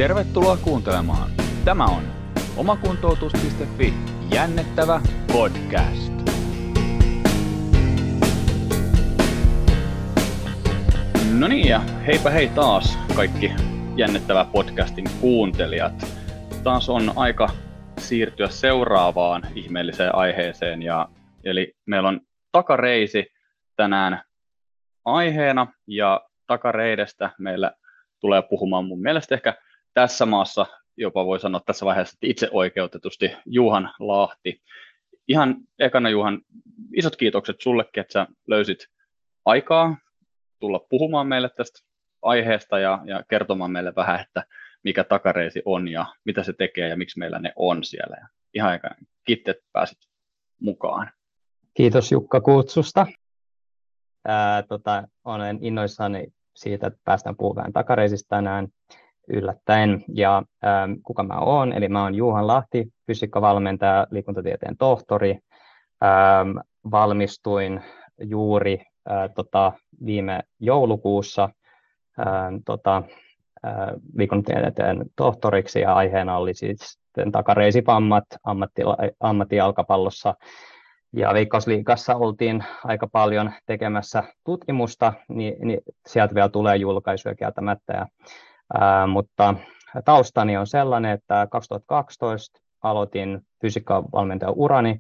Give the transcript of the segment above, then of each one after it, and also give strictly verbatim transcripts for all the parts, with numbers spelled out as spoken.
Tervetuloa kuuntelemaan. Tämä on omakuntoutus piste fi jännittävä podcast. No niin, ja heipä hei taas kaikki jännittävä podcastin kuuntelijat. Taas on aika siirtyä seuraavaan ihmeelliseen aiheeseen, ja, eli meillä on takareisi tänään aiheena, ja takareidestä meillä tulee puhumaan mun mielestä ehkä tässä maassa, jopa voi sanoa tässä vaiheessa, että itse oikeutetusti Juhan Lahti. Ihan ekana Juhan, isot kiitokset sullekin, että sä löysit aikaa tulla puhumaan meille tästä aiheesta ja, ja kertomaan meille vähän, että mikä takareisi on ja mitä se tekee ja miksi meillä ne on siellä. Ja ihan ekana kiitos, että pääsit mukaan. Kiitos Jukka kutsusta. Ää, tota, olen innoissani siitä, että päästään puhumaan takareisista tänään yllättäen. Ja ää, kuka mä oon? Eli mä oon Juhan Lahti, fysiikkavalmentaja, liikuntatieteen tohtori. Ää, valmistuin juuri ää, tota, viime joulukuussa ää, tota, ää, liikuntatieteen tohtoriksi, ja aiheena oli siis takareisivammat ammatti- ammattijalkapallossa. Ja Veikkausliigassa oltiin aika paljon tekemässä tutkimusta, niin, niin sieltä vielä tulee julkaisuja kieltämättä. Ja, ää, mutta taustani on sellainen, että kaksituhattakaksitoista aloitin fysiikkavalmentajan urani.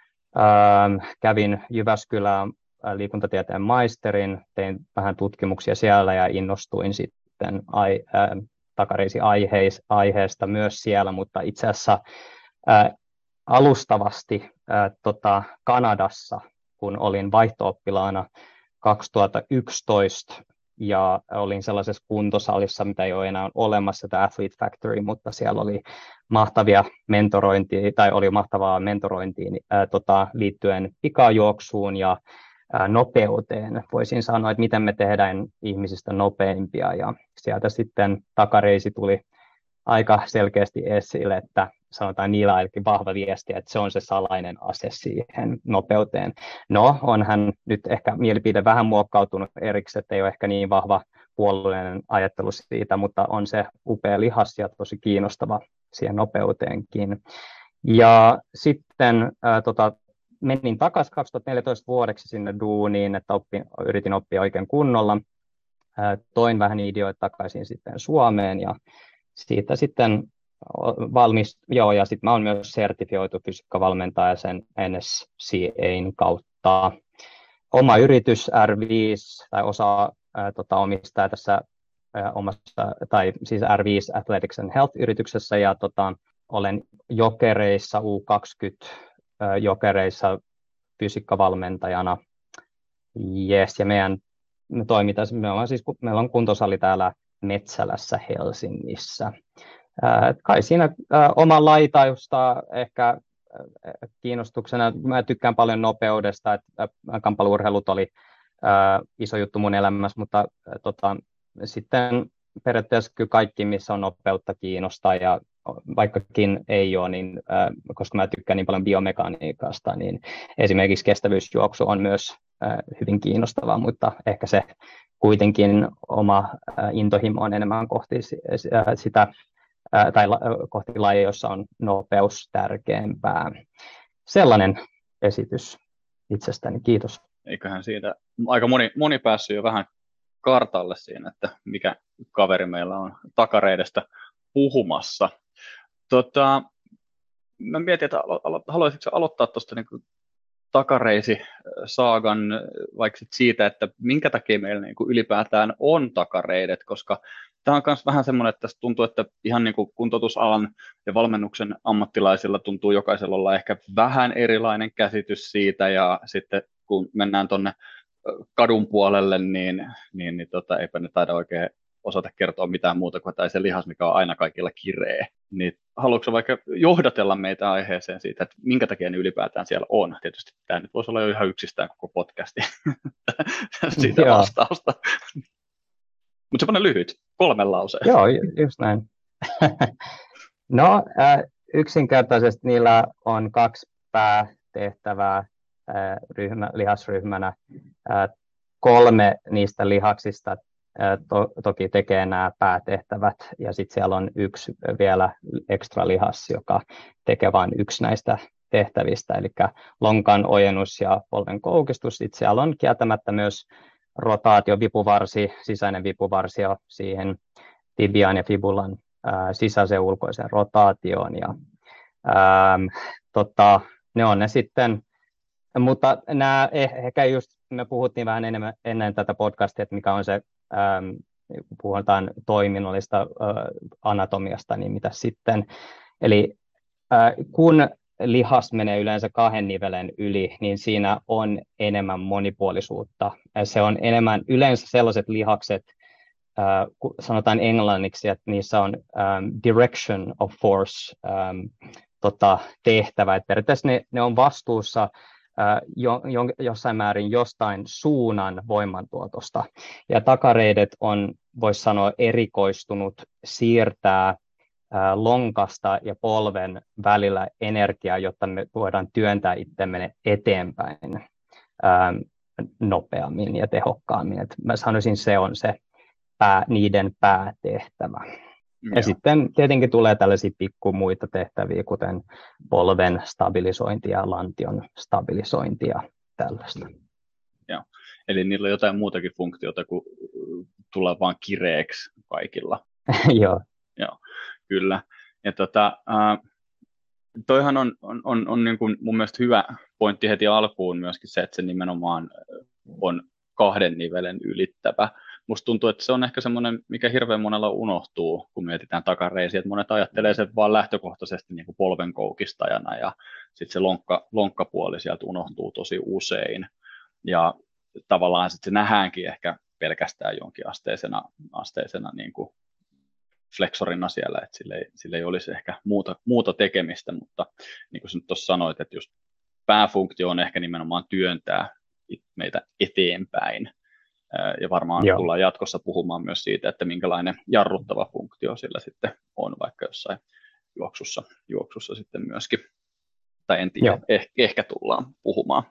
Ää, kävin Jyväskylään liikuntatieteen maisterin, tein vähän tutkimuksia siellä ja innostuin sitten ai, ää, takareisi-aiheesta myös siellä, mutta itse asiassa ää, alustavasti ää, tota, Kanadassa, kun olin vaihto-oppilaana kaksituhattayksitoista, ja olin sellaisessa kuntosalissa, mitä ei ole enää olemassa, tämä Athlete Factory, mutta siellä oli mahtavia mentorointia, tai oli mahtavaa mentorointia ää, tota, liittyen pikajuoksuun ja ää, nopeuteen. Voisin sanoa, että miten me tehdään ihmisistä nopeimpia, ja sieltä sitten takareisi tuli aika selkeästi esille, että sanotaan niillä ainakin vahva viesti, että se on se salainen ase siihen nopeuteen. No, onhan nyt ehkä mielipide vähän muokkautunut eriksi, että ei ole ehkä niin vahva puolueellinen ajattelu siitä, mutta on se upea lihas ja tosi kiinnostava siihen nopeuteenkin. Ja sitten ää, tota, menin takaisin kaksituhattaneljätoista vuodeksi sinne duuniin, että oppin, yritin oppia oikein kunnolla. Ää, toin vähän ideoita takaisin sitten Suomeen, ja siitä sitten valmis, joo, ja sitten mä oon myös sertifioitu fysiikkavalmentaja sen N S C A:n kautta. Oma yritys R viisi, tai osa ää, tota, omistaa tässä ää, omassa, tai siis R viisi Athletics and Health-yrityksessä, ja tota, olen Jokereissa, U kaksikymmentä ää, Jokereissa fysiikkavalmentajana. Yes, ja meidän me toimitaan, me on siis, meillä on kuntosali täällä Metsälässä Helsingissä. Ää, kai siinä ää, oma laitausta ehkä ää, kiinnostuksena. Mä tykkään paljon nopeudesta, että kamppailu-urheilut oli ää, iso juttu mun elämässä, mutta ää, tota, sitten periaatteessa kyllä kaikki, missä on nopeutta, kiinnostaa, ja vaikkakin ei ole, niin, ää, koska mä tykkään niin paljon biomekaniikasta, niin esimerkiksi kestävyysjuoksu on myös ää, hyvin kiinnostavaa, mutta ehkä se kuitenkin oma ää, intohimo on enemmän kohti ää, sitä, ää, tai la, kohti lajia, jossa on nopeus tärkeämpää. Sellainen esitys itsestäni. Kiitos. Eiköhän siitä aika moni, moni päässyt jo vähän kartalle siinä, että mikä kaveri meillä on takareidestä puhumassa. Tota, mä mietin, että alo- alo- haluaisitko aloittaa tuosta niin takareisi-saagan vaikka siitä, että minkä takia meillä niin kuin ylipäätään on takareidet, koska tämä on myös vähän semmoinen, että tästä tuntuu, että ihan niin kuin kuntoutusalan ja valmennuksen ammattilaisilla tuntuu jokaisella olla ehkä vähän erilainen käsitys siitä, ja sitten kun mennään tuonne kadun puolelle, niin, niin, niin tota, eipä ne taida oikein osata kertoa mitään muuta kuin tai se lihas, mikä on aina kaikilla kireä. Niin haluatko vaikka johdatella meitä aiheeseen siitä, että minkä takia ne ylipäätään siellä on? Tietysti tämä nyt voisi olla jo ihan yksistään koko podcasti siitä Joo. vastausta. Mutta semmoinen lyhyt, kolmen lauseen. Joo, just näin. No, äh, yksinkertaisesti niillä on kaksi päätehtävää äh, ryhmä, lihasryhmänä. Äh, kolme niistä lihaksista to, toki tekee nämä päätehtävät, ja sitten siellä on yksi vielä ekstra lihas, joka tekee vain yksi näistä tehtävistä, eli lonkan ojennus ja polven koukistus. Sitten siellä on kieltämättä myös rotaatio, vipuvarsi, sisäinen vipuvarsi ja siihen tibian ja fibulan ää, sisäisen ja ulkoisen rotaatioon. Ja, ää, tota, ne on ne sitten, mutta nämä ehkä just, me puhuttiin vähän enemmän ennen tätä podcastia, että mikä on se, ää, kun puhutaan toiminnallista ää, anatomiasta, niin mitä sitten. Eli ää, kun lihas menee yleensä kahden nivelen yli, niin siinä on enemmän monipuolisuutta. Se on enemmän yleensä sellaiset lihakset, äh, sanotaan englanniksi, että niissä on um, direction of force um, tota, tehtävä. Et periaatteessa ne, ne on vastuussa äh, jo, jo, jossain määrin jostain suunnan voimantuotosta. Ja takareidet on, voisi sanoa, erikoistunut siirtää lonkasta ja polven välillä energiaa, jotta me voidaan työntää itsemme eteenpäin ää, nopeammin ja tehokkaammin. Et mä sanoisin, se on se pää, niiden päätehtävä. Joo. Ja sitten tietenkin tulee tällaisia pikku muita tehtäviä, kuten polven stabilisointi ja lantion stabilisointi ja tällaista. Joo. Eli niillä on jotain muutakin funktiota kuin tulla vaan kireeksi kaikilla. Joo. Joo. Kyllä. Ja tota, äh, toihan on, on, on, on niin kuin mun mielestä hyvä pointti heti alkuun myöskin se, että se nimenomaan on kahden nivelen ylittävä. Musta tuntuu, että se on ehkä semmoinen, mikä hirveän monella unohtuu, kun mietitään takareisiä, että monet ajattelee sen vaan lähtökohtaisesti niin kuin polvenkoukistajana ja sitten se lonkka, lonkkapuoli sieltä unohtuu tosi usein. Ja tavallaan sitten se nähdäänkin ehkä pelkästään jonkin asteisena, asteisena niin kuin flexorina siellä, että sillä ei, sillä ei olisi ehkä muuta, muuta tekemistä, mutta niin kuin sä nyt tuossa sanoit, että just pääfunktio on ehkä nimenomaan työntää meitä eteenpäin, ja varmaan Joo. tullaan jatkossa puhumaan myös siitä, että minkälainen jarruttava funktio sillä sitten on, vaikka jossain juoksussa, juoksussa sitten myöskin, tai en tiedä, eh, ehkä tullaan puhumaan.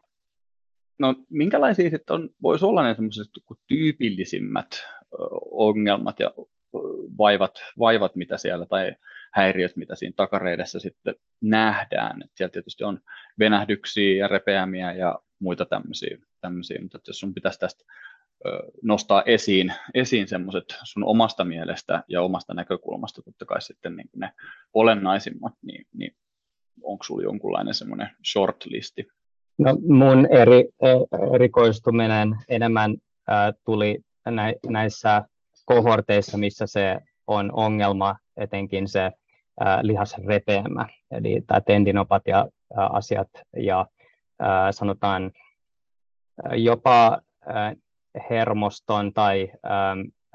No minkälaisia sitten on, voisi olla ne sellaiset tyypillisimmät ongelmat ja vaivat, vaivat, mitä siellä, tai häiriöt, mitä siinä takareidessä sitten nähdään. Et siellä tietysti on venähdyksiä ja repeämiä ja muita tämmöisiä, tämmöisiä. Mutta jos sun pitäisi tästä ö, nostaa esiin, esiin semmoiset sun omasta mielestä ja omasta näkökulmasta, totta kai sitten niin ne olennaisimmat, niin, niin onko sulla jonkunlainen semmoinen shortlisti? No, mun eri, erikoistuminen enemmän äh, tuli nä, näissä kohorteissa, missä se on ongelma, etenkin se ää, lihasrepeämä, eli tämä tendinopatia-asiat ja ää, sanotaan ää, jopa ää, hermoston tai ää,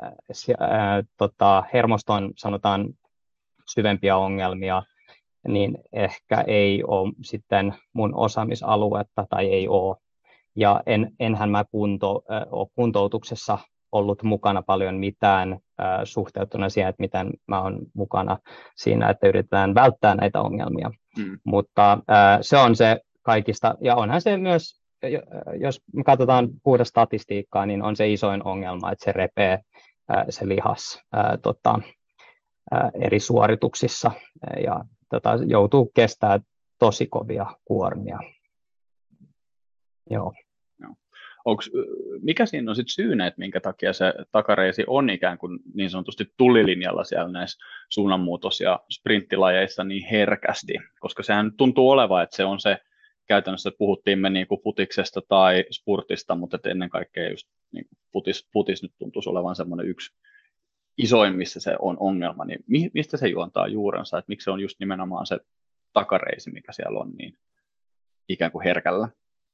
ää, tota, hermoston sanotaan syvempiä ongelmia, niin ehkä ei ole sitten mun osaamisaluetta tai ei ole. Ja en, enhän mä kunto, äh, ole kuntoutuksessa ollut mukana paljon mitään äh, suhteuttuna siihen, että miten mä oon mukana siinä, että yritetään välttää näitä ongelmia. Mm. Mutta äh, se on se kaikista, ja onhan se myös, jos me katsotaan puhdasta statistiikkaa, niin on se isoin ongelma, että se repee äh, se lihas äh, tota, äh, eri suorituksissa ja tota, joutuu kestämään tosi kovia kuormia. Joo. Onks, mikä siinä on sitten syynä, että minkä takia se takareisi on ikään kuin niin sanotusti tulilinjalla siellä näissä suunnanmuutos- ja sprinttilajeissa niin herkästi, koska sehän tuntuu olevan, että se on se käytännössä, puhuttiin me niin kuin futiksesta tai spurtista, mutta ennen kaikkea just niin kuin futis, futis nyt tuntuisi olevan semmoinen yksi isoin, missä se on ongelma, niin mi, mistä se juontaa juurensa, että miksi se on just nimenomaan se takareisi, mikä siellä on niin ikään kuin herkällä?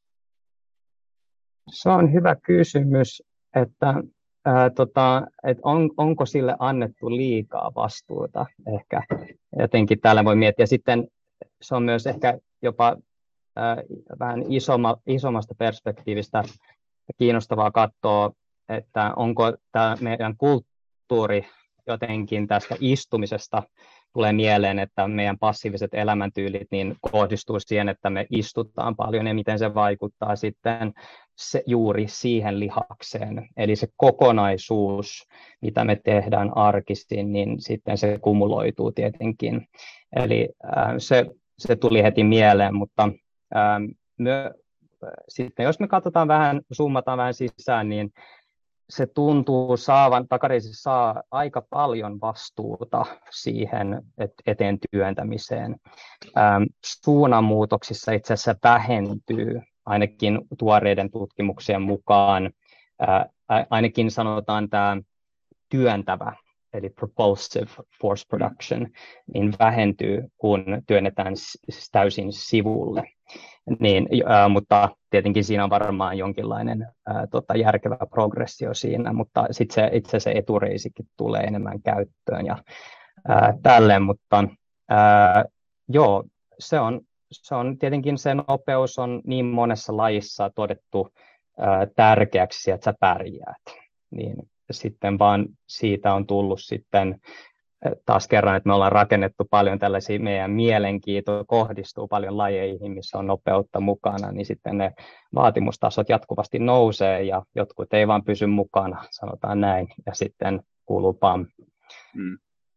Se on hyvä kysymys, että, ää, tota, että on, onko sille annettu liikaa vastuuta ehkä. Jotenkin täällä voi miettiä. Sitten se on myös ehkä jopa ää, vähän isomma, isommasta perspektiivistä kiinnostavaa katsoa, että onko tämä meidän kulttuuri jotenkin tästä istumisesta tulee mieleen, että meidän passiiviset elämäntyylit niin kohdistuu siihen, että me istutaan paljon ja miten se vaikuttaa sitten se, juuri siihen lihakseen. Eli se kokonaisuus, mitä me tehdään arkisin, niin sitten se kumuloituu tietenkin. Eli äh, se, se tuli heti mieleen, mutta ähm, me, sitten jos me katsotaan vähän, zoomataan vähän sisään, niin se tuntuu saavan, takareisi saa aika paljon vastuuta siihen eteen työntämiseen. Ähm, suunnanmuutoksissa itse asiassa vähentyy, ainakin tuoreiden tutkimuksien mukaan, äh, ainakin sanotaan tämä työntävä, eli propulsive force production, niin vähentyy, kun työnnetään täysin sivulle. Niin, äh, mutta tietenkin siinä on varmaan jonkinlainen äh, tota, järkevä progressio siinä, mutta sitten se, itse se etureisikin tulee enemmän käyttöön ja äh, tälleen, mutta äh, joo, se on, se on tietenkin se nopeus on niin monessa lajissa todettu äh, tärkeäksi, että sä pärjäät, niin sitten vaan siitä on tullut sitten taas kerran, että me ollaan rakennettu paljon tällaisia, meidän mielenkiinto kohdistuu paljon lajeihin, missä on nopeutta mukana, niin sitten ne vaatimustasot jatkuvasti nousee ja jotkut ei vaan pysy mukana, sanotaan näin, ja sitten kuuluu pam. Mm.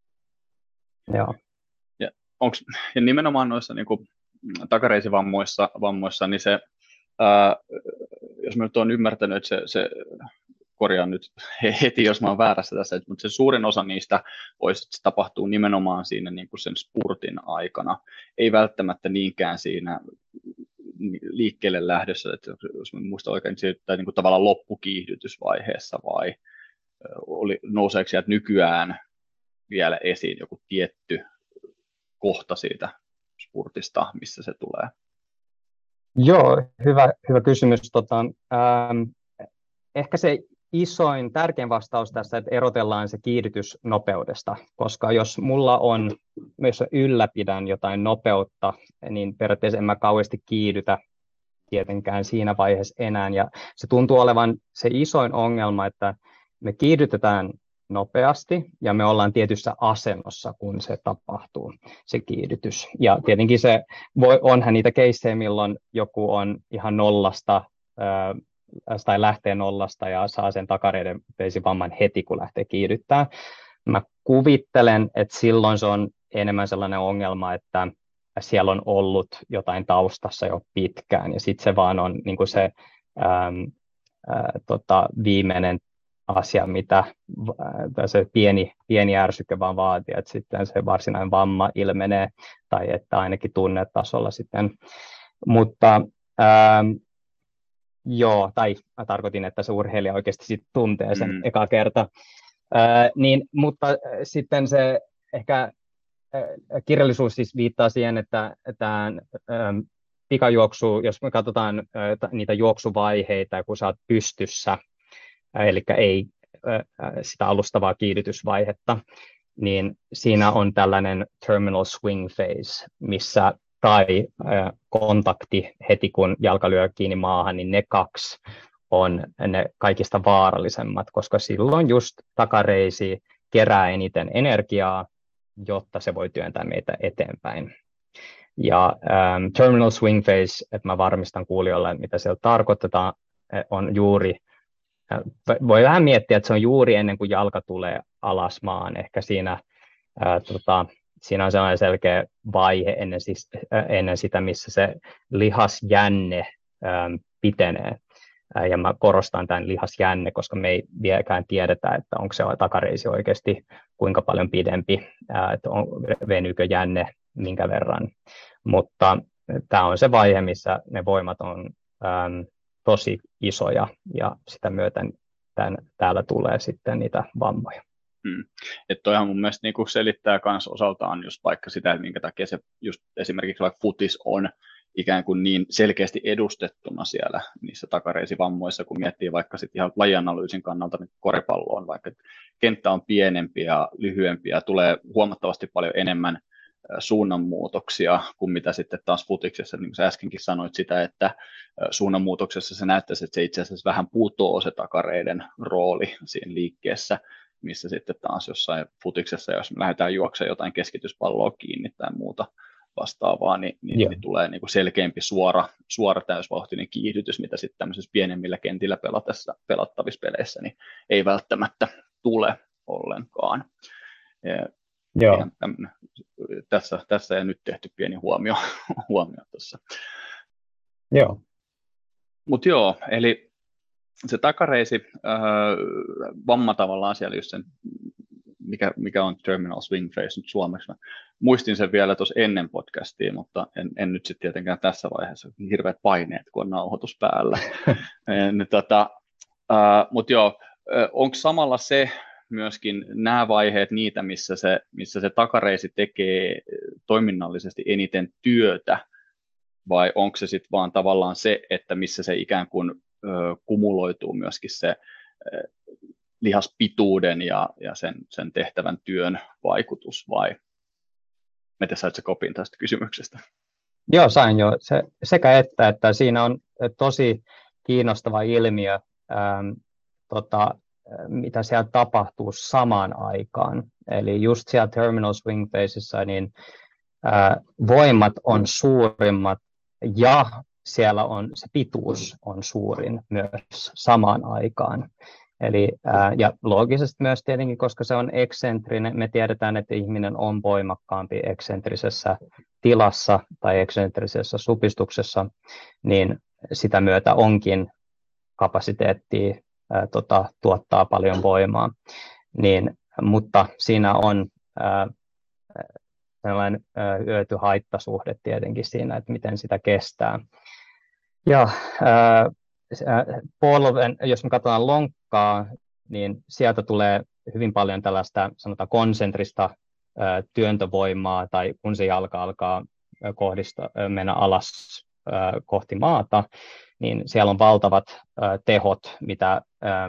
Joo. Ja, onks, ja nimenomaan noissa niin kuin takareisivammoissa vammoissa, niin se, ää, jos mä nyt olen ymmärtänyt, että se, se korjaan nyt heti, jos mä oon väärässä tässä, mutta se suurin osa niistä voisi, että se tapahtuu nimenomaan siinä niin kuin sen spurtin aikana, ei välttämättä niinkään siinä liikkeelle lähdössä, että jos mä muistan oikein, niin se niin kuin tavallaan loppukiihdytysvaiheessa vai oli, nouseeko sieltä nykyään vielä esiin joku tietty kohta siitä spurtista, missä se tulee? Joo, hyvä, hyvä kysymys. Tota, ähm, ehkä se isoin, tärkein vastaus tässä, että erotellaan se kiihdytys nopeudesta, koska jos mulla on, jos ylläpidän jotain nopeutta, niin periaatteessa en mä kauheasti kiihdytä tietenkään siinä vaiheessa enää, ja se tuntuu olevan se isoin ongelma, että me kiihdytetään nopeasti, ja me ollaan tietyssä asennossa, kun se tapahtuu, se kiihdytys. Ja tietenkin se voi, onhan niitä keissejä, milloin joku on ihan nollasta, tai lähtee nollasta ja saa sen takareiden vamman heti, kun lähtee kiihdyttää. Mä kuvittelen, että silloin se on enemmän sellainen ongelma, että siellä on ollut jotain taustassa jo pitkään, ja sitten se vaan on niin kuin se äm, ää, tota, viimeinen asia, mitä se pieni, pieni ärsyke vaan vaatii, että sitten se varsinainen vamma ilmenee, tai että ainakin tunnetasolla sitten. Mutta äm, joo, tai mä tarkoitin, että se urheilija oikeasti sit tuntee sen mm. eka kerta. Äh, niin, mutta sitten se ehkä äh, kirjallisuus siis viittaa siihen, että tämän äh, pikajuoksu, jos me katsotaan äh, niitä juoksuvaiheita, kun sä oot pystyssä, äh, eli ei äh, sitä alustavaa kiihdytysvaihetta, niin siinä on tällainen terminal swing phase, missä tai äh, kontakti heti kun jalka lyö kiinni maahan, niin ne kaksi on ne kaikista vaarallisemmat, koska silloin just takareisi kerää eniten energiaa, jotta se voi työntää meitä eteenpäin. Ja ähm, terminal swing phase, että mä varmistan kuulijoille, mitä siellä tarkoitetaan, on juuri, äh, voi vähän miettiä, että se on juuri ennen kuin jalka tulee alas maan, ehkä siinä äh, tota, Siinä on sellainen selkeä vaihe ennen, siis, äh, ennen sitä, missä se lihasjänne ähm, pitenee. Äh, ja mä korostan tämän lihasjänne, koska me ei vieläkään tiedetä, että onko se takareisi oikeasti kuinka paljon pidempi, äh, että on, venyykö jänne minkä verran. Mutta tämä on se vaihe, missä ne voimat on ähm, tosi isoja, ja sitä myöten tämän, täällä tulee sitten niitä vammoja. Hmm. Että toihan mun mielestä niin selittää myös osaltaan just vaikka sitä, että minkä takia se just esimerkiksi vaikka futis on ikään kuin niin selkeästi edustettuna siellä niissä takareisivammoissa, kun miettii vaikka sitten ihan lajianalyysin kannalta niin koripalloon, vaikka kenttä on pienempi ja lyhyempi ja tulee huomattavasti paljon enemmän suunnanmuutoksia kuin mitä sitten taas futiksessa, niin kuin sä äskenkin sanoit sitä, että suunnanmuutoksessa se näyttäisi, että se itse asiassa vähän putoo se takareiden rooli siinä liikkeessä, missä sitten taas jossain futiksessa, jos me lähdetään juoksemaan jotain keskityspalloa kiinni tai muuta, vastaavaa, niin, niin, niin tulee niin kuin selkeämpi suora, suora täysvauhtinen kiihdytys, mitä sitten tämmöisissä pienemmillä kentillä pelatessa, pelattavissa peleissä niin ei välttämättä tule ollenkaan. Ja Joo. Tässä, tässä ei nyt tehty pieni huomio, huomio tuossa. Joo. Mutta joo, eli se takareisi äh, vamma tavallaan siellä just sen, mikä, mikä on terminal swing phase nyt suomeksi. Mä muistin sen vielä tuossa ennen podcastia, mutta en, en nyt sitten tietenkään tässä vaiheessa, hirveät paineet, kun on nauhoitus päällä. tota, äh, Mutta joo, onko samalla se myöskin nämä vaiheet niitä, missä se, missä se takareisi tekee toiminnallisesti eniten työtä, vai onko se sitten vaan tavallaan se, että missä se ikään kuin ö, kumuloituu myöskin se ö, lihaspituuden ja, ja sen, sen tehtävän työn vaikutus, vai miten sait sä kopin tästä kysymyksestä? Joo, sain jo. Se, sekä että, että siinä on tosi kiinnostava ilmiö, ähm, tota, mitä siellä tapahtuu samaan aikaan. Eli just siellä terminal swing phaseissa niin äh, voimat on suurimmat ja siellä on se pituus on suurin myös samaan aikaan. Eli, ää, ja loogisesti myös tietenkin, koska se on eksentrinen, me tiedetään, että ihminen on voimakkaampi eksentrisessä tilassa tai eksentrisessä supistuksessa, niin sitä myötä onkin kapasiteettia ää, tota, tuottaa paljon voimaa. Niin, mutta siinä on ää, sellainen hyöty-haittasuhde tietenkin siinä, että miten sitä kestää. Ja ää, polven, jos me katsotaan lonkkaa, niin sieltä tulee hyvin paljon tällaista sanotaan konsentrista ää, työntövoimaa, tai kun se jalka alkaa kohdista, mennä alas ää, kohti maata, niin siellä on valtavat ää, tehot, mitä ää,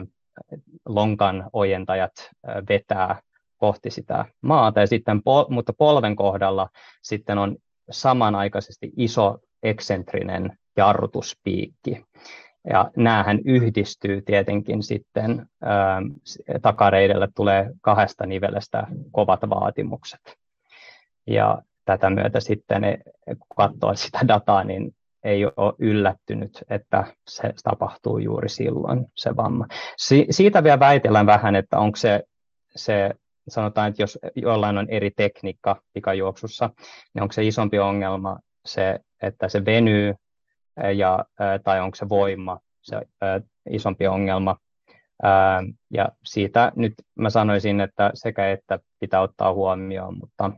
lonkan ojentajat ää, vetää kohti sitä maata, ja sitten, mutta polven kohdalla sitten on samanaikaisesti iso eksentrinen jarrutuspiikki. Ja näähän yhdistyy tietenkin sitten, ää, takareidelle tulee kahdesta nivelestä kovat vaatimukset. Ja tätä myötä sitten, kun katsoo sitä dataa, niin ei ole yllättynyt, että se tapahtuu juuri silloin, se vamma. Si- siitä vielä väitellään vähän, että onko se, se sanotaan, että jos jollain on eri tekniikka pikajuoksussa, niin onko se isompi ongelma se, että se venyy, ja, tai onko se voima se ä, isompi ongelma. Ä, ja siitä nyt mä sanoisin, että sekä että pitää ottaa huomioon, mutta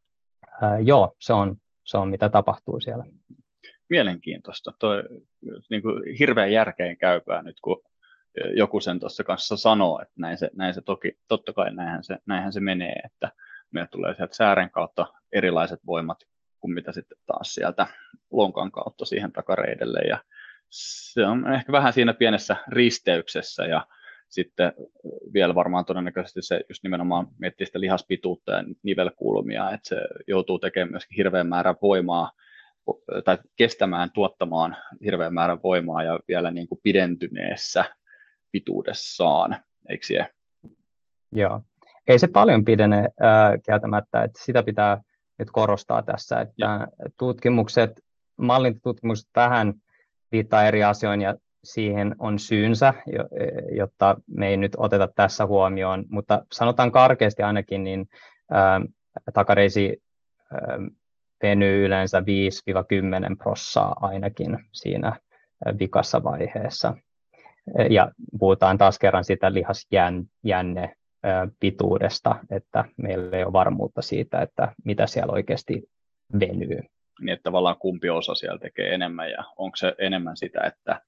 ä, joo, se on, se on mitä tapahtuu siellä. Mielenkiintoista. Toi niin kuin hirveän järkeen käypää nyt, kun joku sen tuossa kanssa sanoo, että näin se, näin se toki, totta kai näinhän se, näinhän se menee, että meille tulee sieltä säären kautta erilaiset voimat kuin mitä sitten taas sieltä lonkan kautta siihen takareidelle, ja se on ehkä vähän siinä pienessä risteyksessä, ja sitten vielä varmaan todennäköisesti se just nimenomaan miettii sitä lihaspituutta ja nivelkulmia, että se joutuu tekemään myöskin hirveän määrän voimaa, tai kestämään, tuottamaan hirveän määrän voimaa ja vielä niin kuin pidentyneessä pituudessaan, eikö se? Joo, ei se paljon pidene äh, kieltämättä, että sitä pitää nyt korostaa tässä, että ja. tutkimukset, mallintutkimukset tähän viittaa eri asioihin ja siihen on syynsä, jotta me ei nyt oteta tässä huomioon, mutta sanotaan karkeasti ainakin, niin äh, takareisi äh, venyy yleensä viisi kymmenen prosenttia ainakin siinä vikassa vaiheessa. Ja puhutaan taas kerran sitä lihasjänne pituudesta, että meillä ei ole varmuutta siitä, että mitä siellä oikeasti venyy. Niin, että tavallaan kumpi osa siellä tekee enemmän, ja onko se enemmän sitä, että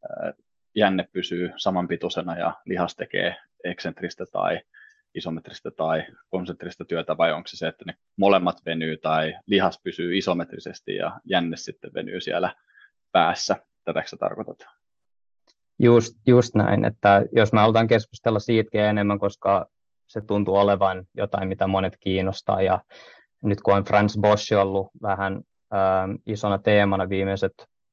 jänne pysyy samanpituisena ja lihas tekee eksentristä tai isometristä tai konsentrista työtä, vai onko se se, että ne molemmat venyy tai lihas pysyy isometrisesti ja jänne sitten venyy siellä päässä? Tätäkö sä tarkoitat? Just, just näin, että jos me halutaan keskustella siitäkin enemmän, koska se tuntuu olevan jotain, mitä monet kiinnostaa, ja nyt kun on Franz Bosch ollut vähän äh, isona teemana viimeiset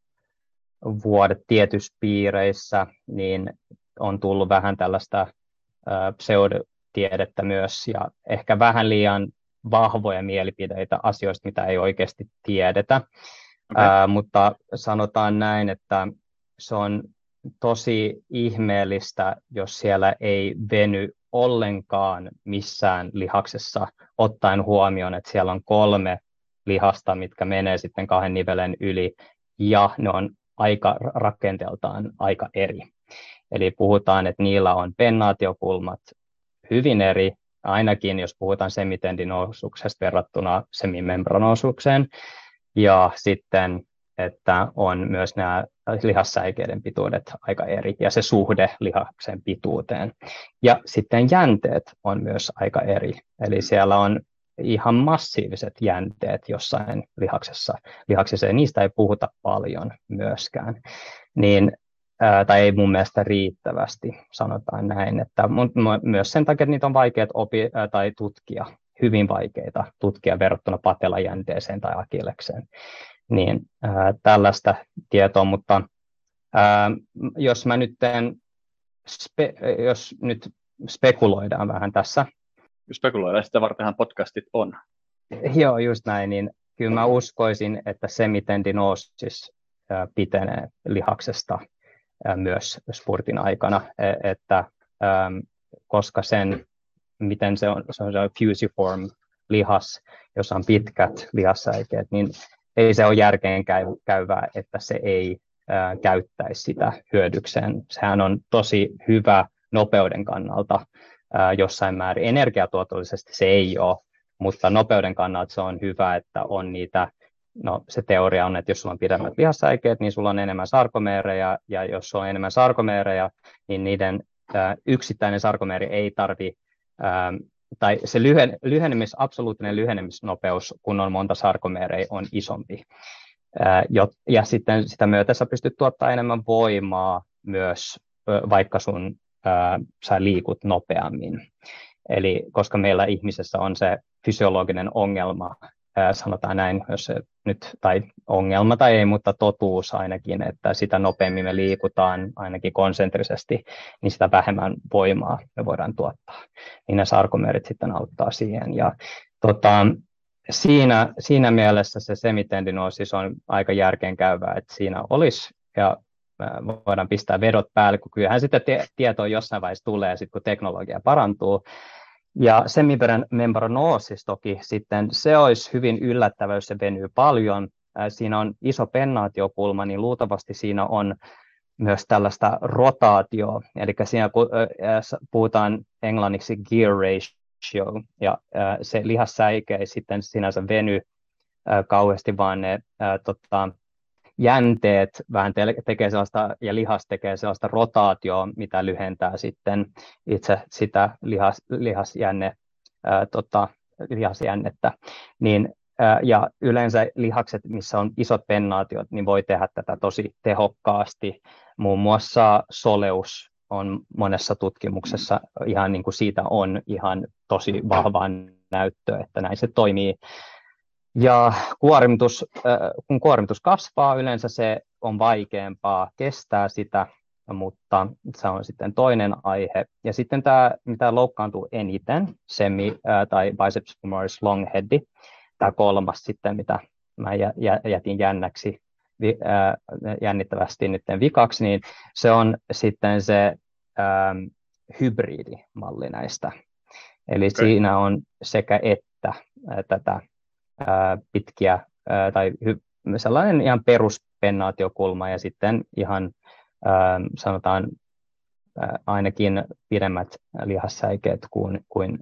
vuodet tietyissä piireissä, niin on tullut vähän tällaista äh, pseudotiedettä myös, ja ehkä vähän liian vahvoja mielipiteitä asioista, mitä ei oikeasti tiedetä. Okay. Ää, mutta sanotaan näin, että se on tosi ihmeellistä, jos siellä ei veny ollenkaan missään lihaksessa, ottaen huomioon, että siellä on kolme lihasta, mitkä menee sitten kahden nivelen yli, ja ne on aika rakenteeltaan aika eri. Eli puhutaan, että niillä on pennaatiokulmat hyvin eri, ainakin jos puhutaan semitendinoosuuksesta verrattuna semimembranoosuukseen, ja sitten, että on myös nämä lihassäikeiden pituudet aika eri, ja se suhde lihaksen pituuteen. Ja sitten jänteet on myös aika eri, eli siellä on ihan massiiviset jänteet jossain lihaksessa, lihaksissa, ja niistä ei puhuta paljon myöskään. Niin Ää, tai ei mun mielestä riittävästi, sanotaan näin, että myös sen takia, että niitä on vaikeat opi- ää, tai tutkia, hyvin vaikeita tutkia verrattuna patelajänteeseen tai akillekseen, niin ää, tällaista tietoa, mutta ää, jos mä nyt teen, spe- jos nyt spekuloidaan vähän tässä. Spekuloidaan, sitä vartenhan podcastit on. Joo, just näin, niin kyllä mä uskoisin, että semitendinoosis ää, pitenee lihaksesta myös spurtin aikana, että ähm, koska sen, miten se on, se on se fusiform lihas, jossa on pitkät lihassäikeet, niin ei se ole järkeen käy, käyvää, että se ei äh, käyttäisi sitä hyödykseen. Sehän on tosi hyvä nopeuden kannalta äh, jossain määrin. Energiatuotollisesti se ei ole, mutta nopeuden kannalta se on hyvä, että on niitä. No, se teoria on, että jos sulla on pidemmät lihassäikeet, niin sulla on enemmän sarkomeereja, ja jos sulla on enemmän sarkomeereja, niin niiden ä, yksittäinen sarkomeeri ei tarvi, ä, tai se lyhen, lyhenemis, absoluuttinen lyhenemisnopeus, kun on monta sarkomeereja, on isompi. Ä, jo, ja sitten sitä myötä sä pystyt tuottaa enemmän voimaa myös, vaikka sun, ä, sä liikut nopeammin. Eli koska meillä ihmisessä on se fysiologinen ongelma, sanotaan näin, jos se nyt, tai ongelma tai ei, mutta totuus ainakin, että sitä nopeammin me liikutaan ainakin konsentrisesti, niin sitä vähemmän voimaa me voidaan tuottaa. Niin ne sarkomeerit sitten auttaa siihen. Ja tota, siinä, siinä mielessä se semitendinoosis on aika järkeenkäyvää, että siinä olisi, ja voidaan pistää vedot päälle, kun kyllähän sitten tietoa jossain vaiheessa tulee, sit kun teknologia parantuu. Ja semimembranoosis toki sitten, se olisi hyvin yllättävä, jos se venyy paljon. Siinä on iso pennaatiokulma, niin luultavasti siinä on myös tällaista rotaatioa, eli siinä puhutaan englanniksi gear ratio, ja se lihassäike ei sitten sinänsä veny kauheasti, vaan ne tota, jänteet vähän tekee sellaista, ja lihas tekee sellaista rotaatioa, mitä lyhentää sitten itse sitä lihas, lihasjänne, ää, tota, lihasjännettä. Niin, ää, ja yleensä lihakset, missä on isot pennaatiot, niin voi tehdä tätä tosi tehokkaasti. Muun muassa soleus on monessa tutkimuksessa, ihan niin kuin siitä on ihan tosi vahvaa näyttöä, että näin se toimii. Ja kuormitus, kun kuormitus kasvaa, yleensä se on vaikeampaa kestää sitä, mutta se on sitten toinen aihe. Ja sitten tämä, mitä loukkaantuu eniten, semi- tai biceps femoris long head, tämä kolmas sitten, mitä mä jätin jännäksi, jännittävästi nyt vikaksi, niin se on sitten se ähm, hybridimalli näistä. Eli okay. Siinä on sekä että äh, tätä Ää, pitkiä ää, tai hy, sellainen ihan peruspennaatiokulma ja sitten ihan ää, sanotaan ää, ainakin pidemmät lihassäikeet kuin, kuin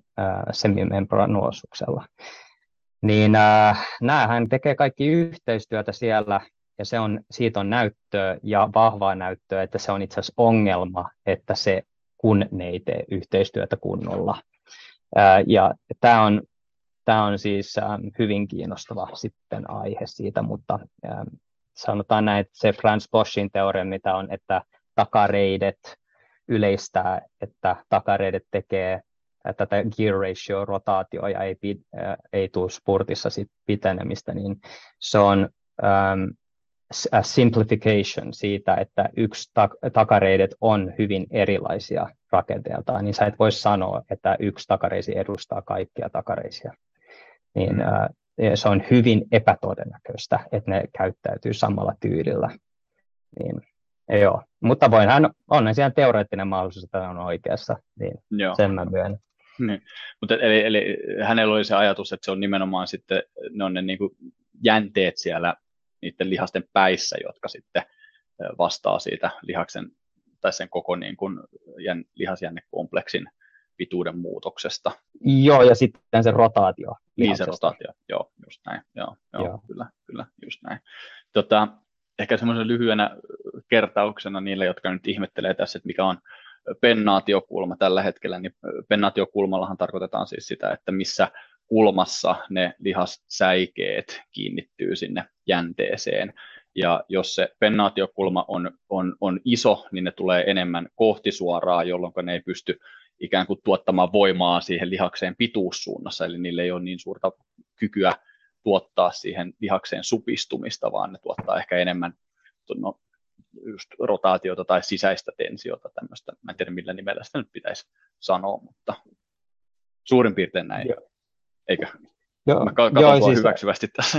semimembranoosuksella. Niin ää, näähän tekee kaikki yhteistyötä siellä ja se on, siitä on näyttöä ja vahvaa näyttöä, että se on itse asiassa ongelma, että se kun ne ei tee yhteistyötä kunnolla. Ää, ja tämä on Tämä on siis ähm, hyvin kiinnostava sitten aihe siitä, mutta ähm, sanotaan näin, että se Franz Boschin teoria, mitä on, että takareidet yleistää, että takareidet tekee äh, tätä gear ratio rotaatioa ja ei, äh, ei tule spurtissa sit pitenemistä, niin se on ähm, a simplification siitä, että yksi tak- takareidet on hyvin erilaisia rakenteeltaan, niin sä et voi sanoa, että yksi takareisi edustaa kaikkia takareisia. niin mm. se on hyvin epätodennäköistä, että ne käyttäytyy samalla tyylillä. Niin, joo. Mutta voinhan, on siellä teoreettinen mahdollisuus, että on oikeassa, niin joo. Sen mä myönnän. Niin. Mutta eli, eli hänellä oli se ajatus, että se on nimenomaan sitten, ne on ne niin kuin jänteet siellä niiden lihasten päissä, jotka sitten vastaa siitä lihaksen tai sen koko niin kuin jän, lihasjännekompleksin pituuden muutoksesta. Joo, ja sitten se rotaatio. Niin se rotaatio, joo, just näin. Joo, joo, joo. Kyllä, kyllä, just näin. Tota, ehkä semmoisen lyhyenä kertauksena niille, jotka nyt ihmettelee tässä, että mikä on pennaatiokulma tällä hetkellä, niin pennaatiokulmallahan tarkoitetaan siis sitä, että missä kulmassa ne lihassäikeet kiinnittyy sinne jänteeseen. Ja jos se pennaatiokulma on, on, on iso, niin ne tulee enemmän kohti suoraa, jolloin ne ei pysty ikään kuin tuottamaan voimaa siihen lihakseen pituussuunnassa, eli niillä ei ole niin suurta kykyä tuottaa siihen lihakseen supistumista, vaan ne tuottaa ehkä enemmän no, just rotaatiota tai sisäistä tensiota, tämmöistä. Mä en tiedä, millä nimellä sitä nyt pitäisi sanoa, mutta suurin piirtein näin. Joo. Eikö? Joo. Mä katson joo, sua siis hyväksyvästi tässä.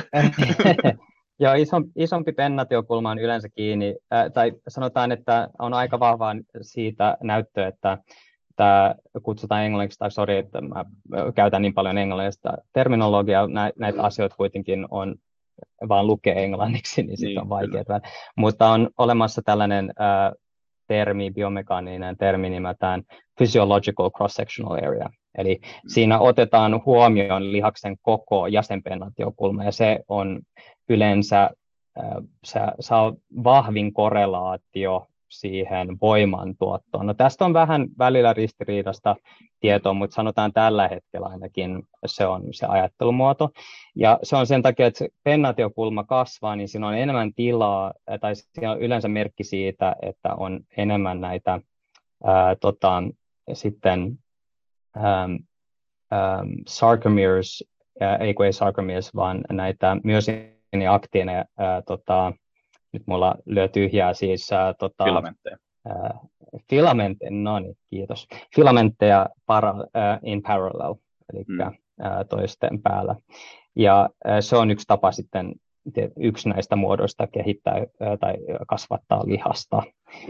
Joo, isompi, isompi pennaatiokulma on yleensä kiinni, äh, tai sanotaan, että on aika vahvaa siitä näyttöä, että tämä kutsutaan englanniksi, tai sori, että mä käytän niin paljon englannista terminologiaa, nä, näitä asioita kuitenkin on vaan lukee englanniksi, niin sitten niin, on vaikeaa. Mutta on olemassa tällainen äh, termi, biomekaaninen termi nimeltään physiological cross-sectional area. Eli mm. siinä otetaan huomioon lihaksen koko jäsenpennaatiokulma, ja se on yleensä äh, se saa vahvin korrelaatio siihen voimantuottoon. No tästä on vähän välillä ristiriidasta tietoa, mutta sanotaan tällä hetkellä ainakin se on se ajattelumuoto. Ja se on sen takia, että se pennaatiokulma kasvaa, niin siinä on enemmän tilaa, tai siinä on yleensä merkki siitä, että on enemmän näitä ää, tota, sitten äm, äm, sarcomeres, ää, ei kun ei sarcomeres, vaan näitä myosiiniaktiineja, ää, tota, nyt mulla lyö tyhjää siis ää, tota, filamentteja. Ää, filamentteja, no niin, kiitos. Filamentteja para, ää, in parallel, eli mm. ää, toisten päällä. Ja ää, se on yksi tapa sitten, yksi näistä muodoista kehittää ää, tai kasvattaa lihasta.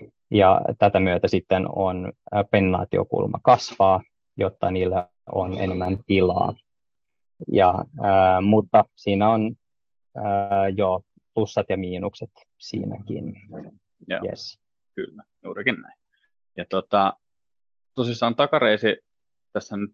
Ja tätä myötä sitten on ää, pennaatiokulma kasvaa, jotta niillä on enemmän tilaa. Ja, ää, mutta siinä on ää, jo plussat ja miinukset siinäkin. Joo, yes. Kyllä, juurikin näin. Ja tota, tosissaan takareisi, tässä nyt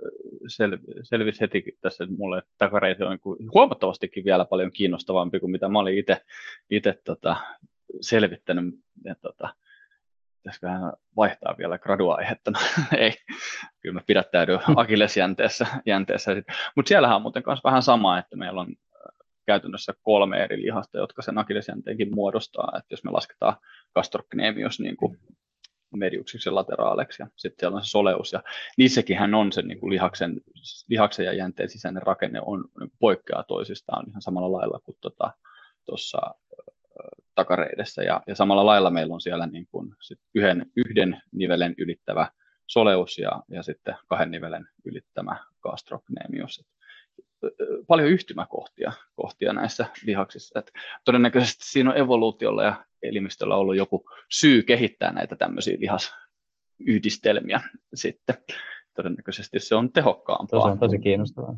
sel, selvisi heti tässä mulle, että takareisi on huomattavastikin vielä paljon kiinnostavampi kuin mitä mä olin itse tota, selvittänyt. Ja tota, pitäisiköhän vaihtaa vielä graduaihetta? Ei, kyllä mä pidättäydyn akillesjänteessä. Mutta siellähän on muuten myös vähän sama, että meillä on käytännössä kolme eri lihasta, jotka sen akillesjänteenkin muodostaa, että jos me lasketaan gastrocnemius niin kuin mediuksiksi ja lateraaleksi, ja sitten siellä on se soleus, ja niissäkinhän on se niin kuin lihaksen, lihaksen ja jänteen sisäinen rakenne on niin poikkeaa toisistaan ihan samalla lailla kuin tuossa tota, takareidessä, ja, ja samalla lailla meillä on siellä niin kuin sit yhden, yhden nivelen ylittävä soleus, ja, ja sitten kahden nivelen ylittämä gastrocnemius. Paljon yhtymäkohtia kohtia näissä lihaksissa. Et todennäköisesti siinä on evoluutiolla ja elimistöllä ollut joku syy kehittää näitä tämmöisiä lihasyhdistelmiä sitten. Todennäköisesti se on tehokkaampaa. Se on tosi kiinnostavaa.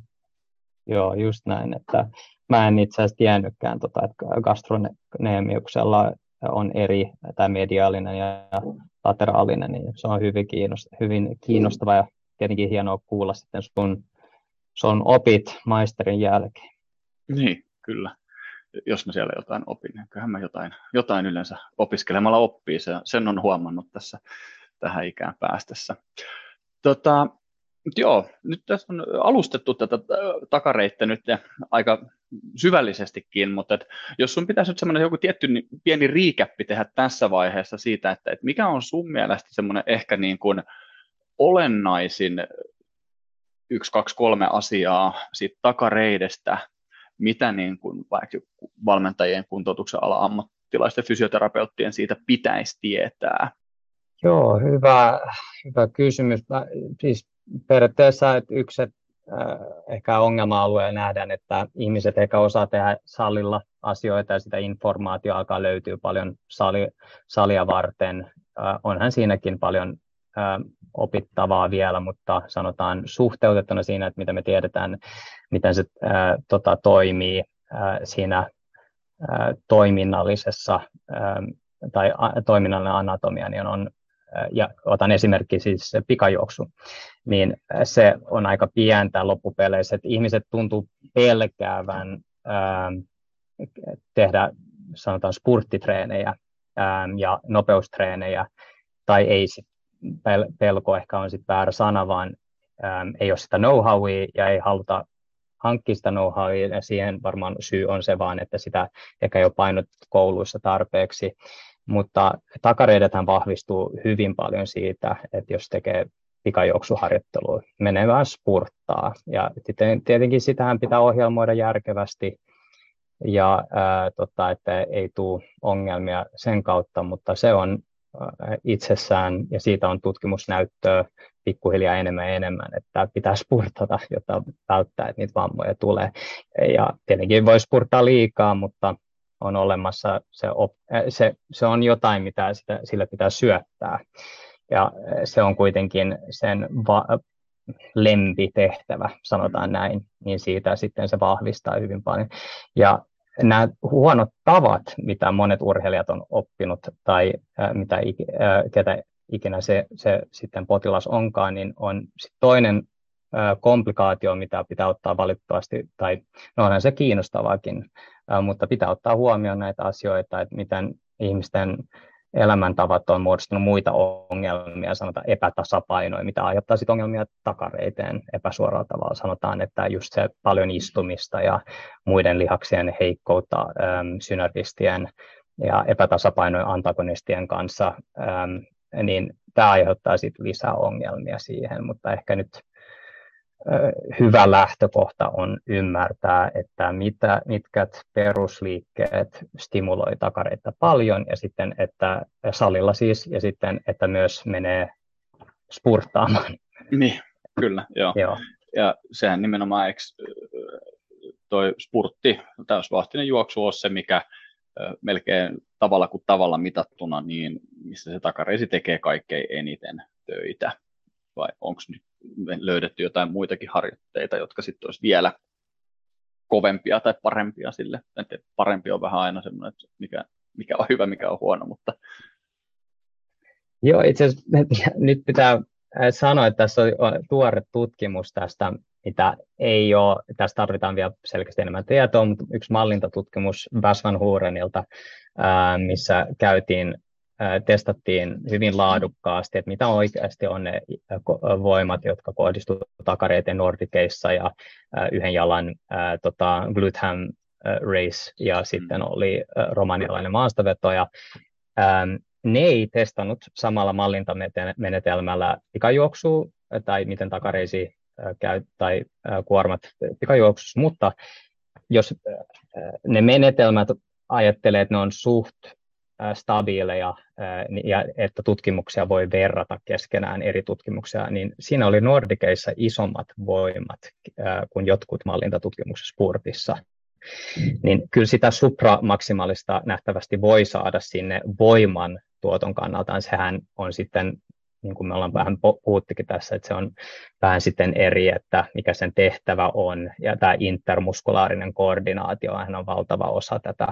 Joo, just näin. Että mä en itse asiassa tiennytkään, tota, että gastrocnemiuksella on eri, tämä mediaalinen ja lateraalinen, niin se on hyvin kiinnostava, hyvin kiinnostava ja tietenkin hienoa kuulla sitten sun sun opit maisterin jälkeen. Niin, kyllä. Jos mä siellä jotain opin, niin kyllähän mä jotain, jotain yleensä opiskelemalla oppii. Se, sen on huomannut tässä tähän ikään päästessä. Tota, joo, nyt tässä on alustettu tätä takareittä nyt aika syvällisestikin, mutta et jos sun pitäisi nyt semmoinen joku tietty pieni riikäppi tehdä tässä vaiheessa siitä, että et mikä on sun mielestä semmoinen ehkä niin kuin olennaisin yksi, kaksi, kolme asiaa siitä takareidestä, mitä niin kuin vaikka valmentajien kuntoutuksen ala ammattilaisten fysioterapeuttien siitä pitäisi tietää? Joo, hyvä, hyvä kysymys. Mä, siis periaatteessa että yksi, että ehkä ongelma-alueella nähdään, että ihmiset ehkä osaa tehdä salilla asioita ja sitä informaatiota alkaa löytyä paljon sali, salia varten. Onhan siinäkin paljon opittavaa vielä, mutta sanotaan suhteutettuna siinä, että mitä me tiedetään, miten se ää, tota, toimii ää, siinä ää, toiminnallisessa ää, tai a, toiminnallinen anatomia, niin on, ää, ja otan esimerkki siis se pikajuoksu, niin se on aika pientä loppupeleissä, että ihmiset tuntuu pelkäävän ää, tehdä sanotaan spurttitreenejä ää, ja nopeustreenejä, tai ei sit, pelko ehkä on sitten väärä sana, vaan ää, ei ole sitä know-howia ja ei haluta hankkia sitä know-howia, ja siihen varmaan syy on se vaan, että sitä ehkä ei ole painotettu kouluissa tarpeeksi, mutta takareidethän vahvistuu hyvin paljon siitä, että jos tekee pikajuoksuharjoittelua, menee vähän spurttaa, ja tietenkin sitähän pitää ohjelmoida järkevästi, ja ää, tota, että ei tule ongelmia sen kautta, mutta se on itsessään, ja siitä on tutkimusnäyttöä pikkuhiljaa enemmän ja enemmän, että pitää spurtata, jotta välttää, että niitä vammoja tulee. Ja tietenkin voi spurttaa liikaa, mutta on olemassa se, op- se, se on jotain, mitä sitä, sille pitää syöttää. Ja se on kuitenkin sen va- lempitehtävä, sanotaan näin, niin siitä sitten se vahvistaa hyvin paljon. Ja nämä huonot tavat, mitä monet urheilijat on oppinut tai äh, mitä, äh, ketä ikinä se, se sitten potilas onkaan, niin on sit toinen äh, komplikaatio, mitä pitää ottaa valitettavasti, tai no onhan se kiinnostavaakin, äh, mutta pitää ottaa huomioon näitä asioita, että miten ihmisten elämäntavat on muodostunut muita ongelmia, sanotaan epätasapainoja, mitä aiheuttaa sitten ongelmia takareiteen epäsuoralla tavalla. Sanotaan, että just se paljon istumista ja muiden lihaksien heikkoutta äm, synergistien ja epätasapainojen antagonistien kanssa, äm, niin tämä aiheuttaa sitten lisää ongelmia siihen, mutta ehkä nyt hyvä lähtökohta on ymmärtää, että mitä, mitkä perusliikkeet stimuloi takareita paljon, ja sitten, että salilla siis, ja sitten, että myös menee spurttaamaan. Niin, kyllä, joo. joo. Ja sehän nimenomaan, eikö toi spurtti, täysvahtinen juoksu ole se, mikä melkein tavalla kuin tavalla mitattuna, niin missä se takareisi tekee kaikkein eniten töitä, vai onko nyt löydetty jotain muitakin harjoitteita, jotka sitten olisi vielä kovempia tai parempia sille. Että parempi on vähän aina semmoinen, että mikä, mikä on hyvä, mikä on huono, mutta... Joo, itse asiassa nyt pitää sanoa, että tässä on tuore tutkimus tästä, mitä ei ole, tässä tarvitaan vielä selkeästi enemmän tietoa, mutta yksi mallintatutkimus Bas van Horenilta, missä käytiin testattiin hyvin laadukkaasti, että mitä oikeasti on ne voimat, jotka kohdistuvat takareiteen nordikeissa ja yhden jalan ää, tota, Glutham race ja sitten oli romanialainen maastoveto. Ja, ää, ne ei testannut samalla mallintamenetelmällä pikajuoksua tai miten takareisi ää, käy tai ää, kuormat pikajuoksussa, mutta jos ää, ne menetelmät ajattelee, että ne on suht stabiileja ja että tutkimuksia voi verrata keskenään eri tutkimuksia, niin siinä oli nordikeissa isommat voimat kuin jotkut mallintatutkimukset spurtissa. Niin kyllä sitä supramaksimaalista nähtävästi voi saada sinne voiman tuoton kannalta. Sehän on sitten, niin kuin me ollaan vähän puhuttikin tässä, että se on vähän sitten eri, että mikä sen tehtävä on. Ja tämä intermuskulaarinen koordinaatio on valtava osa tätä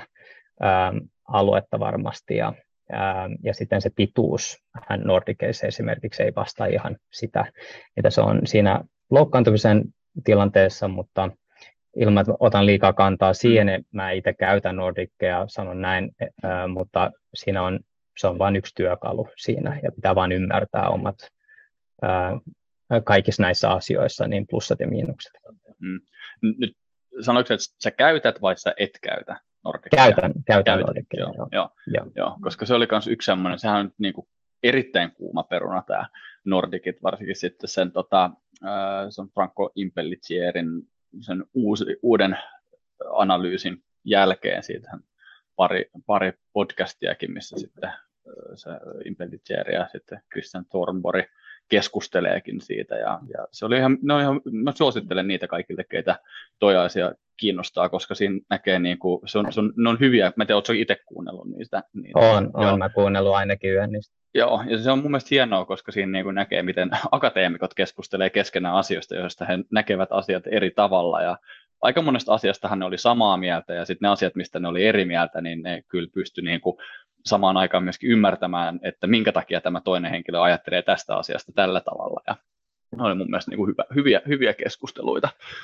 aluetta varmasti, ja, ää, ja sitten se pituus, hän nordikeissa esimerkiksi ei vastaa ihan sitä, mitä se on siinä loukkaantumisen tilanteessa, mutta ilman, että otan liikaa kantaa siihen, mä itse käytän nordikkeja, sanon näin, ää, mutta siinä on, se on vain yksi työkalu siinä, ja pitää vain ymmärtää omat ää, kaikissa näissä asioissa, niin plussat ja miinukset. Mm. Nyt sanoitko, että sä käytät vai sä et käytä? Nordickia. Käytän, käytän Nordickia, joo, joo, joo. joo, koska se oli myös yksi semmoinen, sehän on nyt niin kuin erittäin kuuma peruna tämä Nordicit, varsinkin sitten sen, tota, sen Franco Impellicierin sen uusi, uuden analyysin jälkeen, siitähän pari, pari podcastiakin, missä sitten se Impellicieri ja sitten Christian Thornborg keskusteleekin siitä. Ja, ja se oli ihan, no ihan, mä suosittelen niitä kaikille, keitä toi asia kiinnostaa, koska siinä näkee, niin kuin, se on, se on, ne on hyviä, mä en tiedä, ootko itse kuunnellut niistä. niitä. On, on mä kuunnellut ainakin yhden niistä. Joo, ja se on mun mielestä hienoa, koska siinä niin kuin näkee, miten akateemikot keskustelee keskenään asioista, joista he näkevät asiat eri tavalla, ja aika monesta asiastahan ne oli samaa mieltä, ja sitten ne asiat, mistä ne oli eri mieltä, niin ne kyllä pystyi niin kuin samaan aikaan myöskin ymmärtämään, että minkä takia tämä toinen henkilö ajattelee tästä asiasta tällä tavalla, ja ne oli mun mielestä niin kuin hyvä, hyviä, hyviä keskusteluita.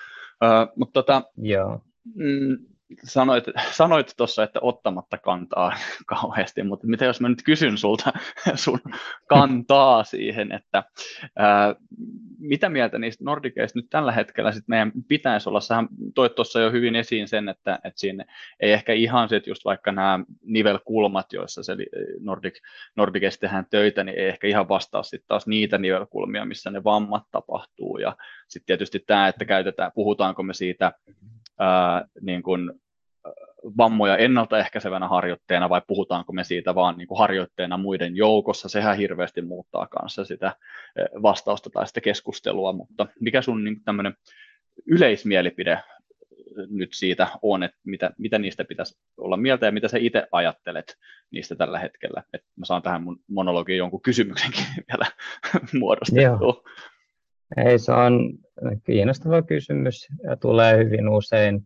Uh, mutta tota, Joo. Mm, sanoit sanoit tuossa, että ottamatta kantaa kauheasti, mutta mitä jos mä nyt kysyn sulta sun kantaa siihen, että ää, mitä mieltä niistä Nordiceista nyt tällä hetkellä sit meidän pitäisi olla? Sähän toit tuossa jo hyvin esiin sen, että, että siinä ei ehkä ihan sit just vaikka nämä nivelkulmat, joissa se Nordic, Nordiceista tehdään töitä, niin ei ehkä ihan vastaa sitten taas niitä nivelkulmia, missä ne vammat tapahtuu, ja sitten tietysti tämä, että käytetään, puhutaanko me siitä Ää, niin kuin, vammoja ennaltaehkäisevänä harjoitteena vai puhutaanko me siitä vaan niin kuin harjoitteena muiden joukossa, sehän hirveästi muuttaa kanssa sitä vastausta tai sitä keskustelua, mutta mikä sun niin tämmöinen yleismielipide nyt siitä on, että mitä, mitä niistä pitäisi olla mieltä ja mitä sä itse ajattelet niistä tällä hetkellä, että mä saan tähän mun monologiin jonkun kysymyksenkin vielä muodostettua. Joo. Ei, se on kiinnostava kysymys ja tulee hyvin usein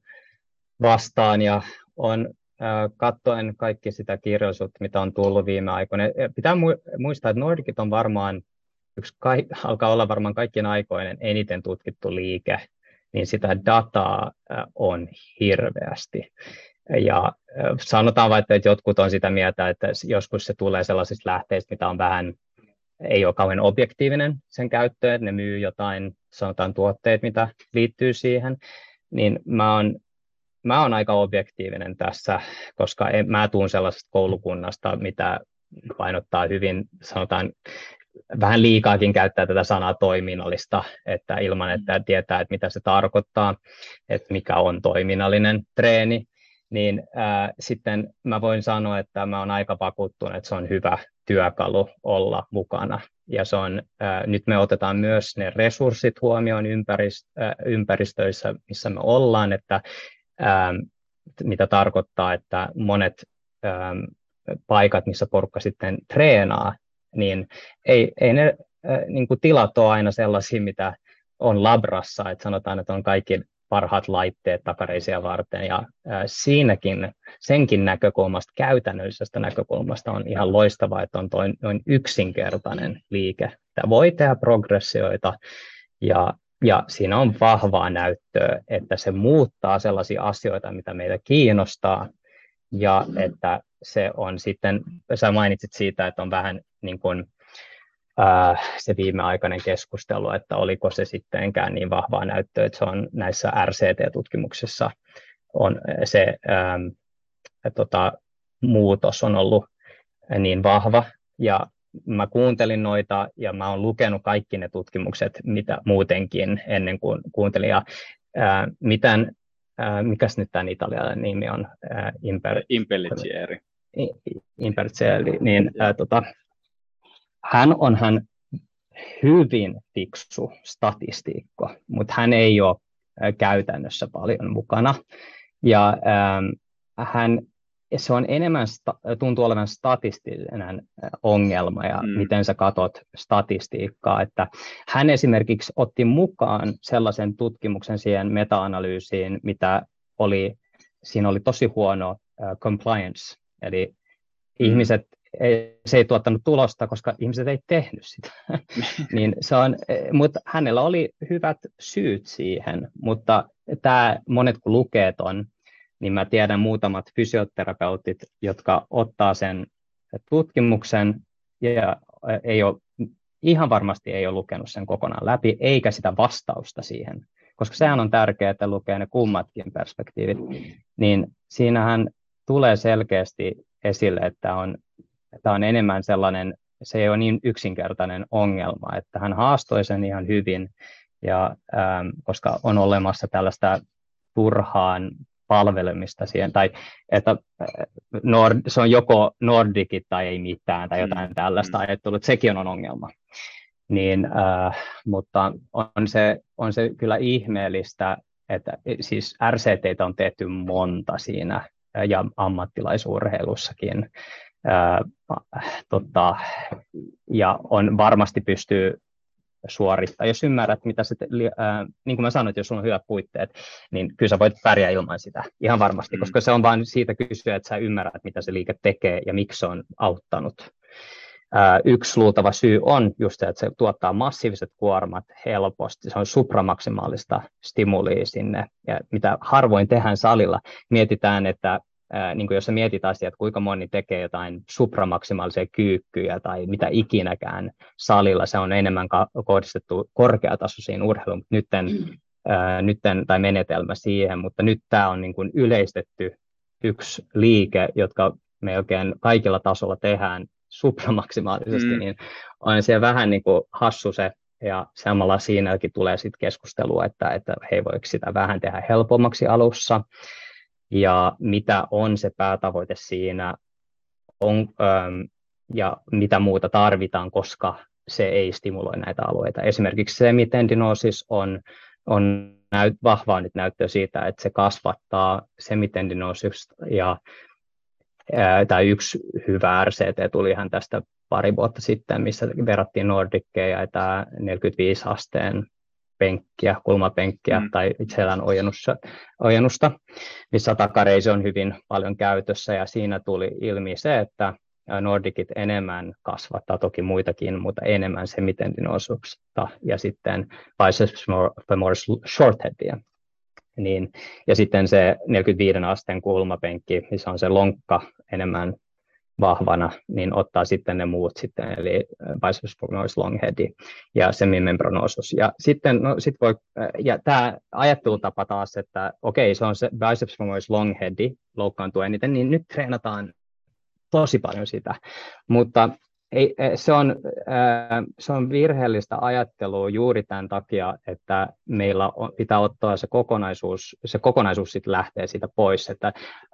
vastaan ja on äh, katsoen kaikki sitä kirjallisuutta, mitä on tullut viime aikoina. Pitää muistaa, että Nordicit on varmaan yksi, alkaa olla varmaan kaikkien aikoinen eniten tutkittu liike, niin sitä dataa äh, on hirveästi. Ja äh, sanotaan vaikka, että jotkut on sitä mieltä, että joskus se tulee sellaisista lähteistä, mitä on vähän ei ole kauhean objektiivinen sen käyttöön, että ne myy jotain, sanotaan tuotteet, mitä liittyy siihen, niin mä oon, mä oon aika objektiivinen tässä, koska en, mä tuun sellaisesta koulukunnasta, mitä painottaa hyvin, sanotaan, vähän liikaakin käyttää tätä sanaa toiminnallista, että ilman, että tietää, että mitä se tarkoittaa, että mikä on toiminnallinen treeni, niin ää, sitten mä voin sanoa, että mä oon aika vakuuttunut, että se on hyvä työkalu olla mukana. Ja se on, ää, nyt me otetaan myös ne resurssit huomioon ympärist, ää, ympäristöissä, missä me ollaan, että ää, mitä tarkoittaa, että monet ää, paikat, missä porukka sitten treenaa, niin ei, ei ne ää, niin kuin tilat ole aina sellaisia, mitä on labrassa, että sanotaan, että on kaikki parhaat laitteet takareisia varten, ja ää, siinäkin, senkin näkökulmasta, käytännöllisestä näkökulmasta on ihan loistavaa, että on toi, noin yksinkertainen liike. Tämä voi tehdä progressioita, ja, ja siinä on vahvaa näyttöä, että se muuttaa sellaisia asioita, mitä meitä kiinnostaa, ja että se on sitten, sä mainitsit siitä, että on vähän niin kuin se viimeaikainen keskustelu, että oliko se sittenkään niin vahvaa näyttöä, että se on näissä R C T-tutkimuksissa on se ää, tota, muutos on ollut niin vahva, ja mä kuuntelin noita, ja mä oon lukenut kaikki ne tutkimukset, mitä muutenkin ennen kuin kuuntelin, ja ää, mitään, ää, mikäs nyt tämän italialainen nimi on? Ää, imper, Impelligieri. Impelligieri, niin ää, tota, hän on hän hyvin fiksu statistiikko, mutta hän ei ole käytännössä paljon mukana. Ja ähm, hän, se on enemmän, tuntuu olevan statistinen ongelma, ja mm. miten sä katot statistiikkaa. Että hän esimerkiksi otti mukaan sellaisen tutkimuksen siihen meta-analyysiin, mitä oli, siinä oli tosi huono uh, compliance, eli mm. ihmiset, ei, se ei tuottanut tulosta, koska ihmiset ei tehnyt sitä. niin se on, mutta hänellä oli hyvät syyt siihen, mutta tämä, monet kun lukee ton, niin mä tiedän muutamat fysioterapeutit, jotka ottaa sen tutkimuksen ja ei ole, ihan varmasti ei ole lukenut sen kokonaan läpi, eikä sitä vastausta siihen, koska sehän on tärkeää, että lukee ne kummatkin perspektiivit, niin siinähän tulee selkeästi esille, että on Tämä on enemmän sellainen, se ei ole niin yksinkertainen ongelma, että hän haastoi sen ihan hyvin, ja, ähm, koska on olemassa tällaista turhaan palvelemista siihen, tai että Nord, se on joko Nordicit tai ei mitään, tai jotain tällaista ajattelua, että sekin on ongelma. Niin, äh, mutta on se, on se kyllä ihmeellistä, että siis R C T:tä on tehty monta siinä ja ammattilaisurheilussakin. Ää, tota, ja on varmasti pystyy suorittamaan. Jos ymmärrät, mitä se, ää, niin kuin mä sanoin, että jos sulla on hyvät puitteet, niin kyllä sä voit pärjää ilman sitä, ihan varmasti, mm. koska se on vain siitä kysyä, että sä ymmärrät, mitä se liike tekee ja miksi se on auttanut. Ää, yksi luultava syy on just se, että se tuottaa massiiviset kuormat helposti, se on supramaksimaalista stimulia sinne, ja mitä harvoin tehdään salilla, mietitään, että ää, niin kuin jos sä mietit asiaa, että kuinka moni tekee jotain supramaksimaalisia kyykkyjä tai mitä ikinäkään salilla, se on enemmän kohdistettu korkeatasoisiin urheiluun, mutta nytten, ää, nytten, tai menetelmä siihen, mutta nyt tämä on niin kuin yleistetty yksi liike, jotka me oikein kaikilla tasolla tehdään supramaksimaalisesti, mm. niin on se vähän niin kuin hassu se, ja samalla siinäkin tulee sitten keskustelua, että, että hei, voiko sitä vähän tehdä helpommaksi alussa, ja mitä on se päätavoite siinä, on, ähm, ja mitä muuta tarvitaan, koska se ei stimuloi näitä alueita. Esimerkiksi semitendinoosis on, on näyt, vahvaa nyt näyttöä siitä, että se kasvattaa semitendinoosista, ja tämä yksi hyvä R C T tuli ihan tästä pari vuotta sitten, missä verrattiin Nordickeja ja tämä neljäkymmentäviisi asteen penkkiä, kulmapenkkiä mm. tai selän ojennusta, missä takareisi on hyvin paljon käytössä, ja siinä tuli ilmi se, että Nordicit enemmän kasvattaa, toki muitakin, mutta enemmän semitendinoosuutta ja sitten biceps femoris shortheadia. Niin, ja sitten se neljäkymmentäviisi asteen kulmapenkki, missä on se lonkka enemmän vahvana, niin ottaa sitten ne muut sitten, eli biceps femoris longhead ja semimembranosus. Ja sitten no, sit voi, ja tämä ajattelutapa taas, että okei, se on se biceps femoris longhead loukkaantuu eniten, niin nyt treenataan tosi paljon sitä, mutta ei, se, on, se on virheellistä ajattelua juuri tämän takia, että meillä on, pitää ottaa se kokonaisuus, se kokonaisuus sitten lähtee siitä pois, että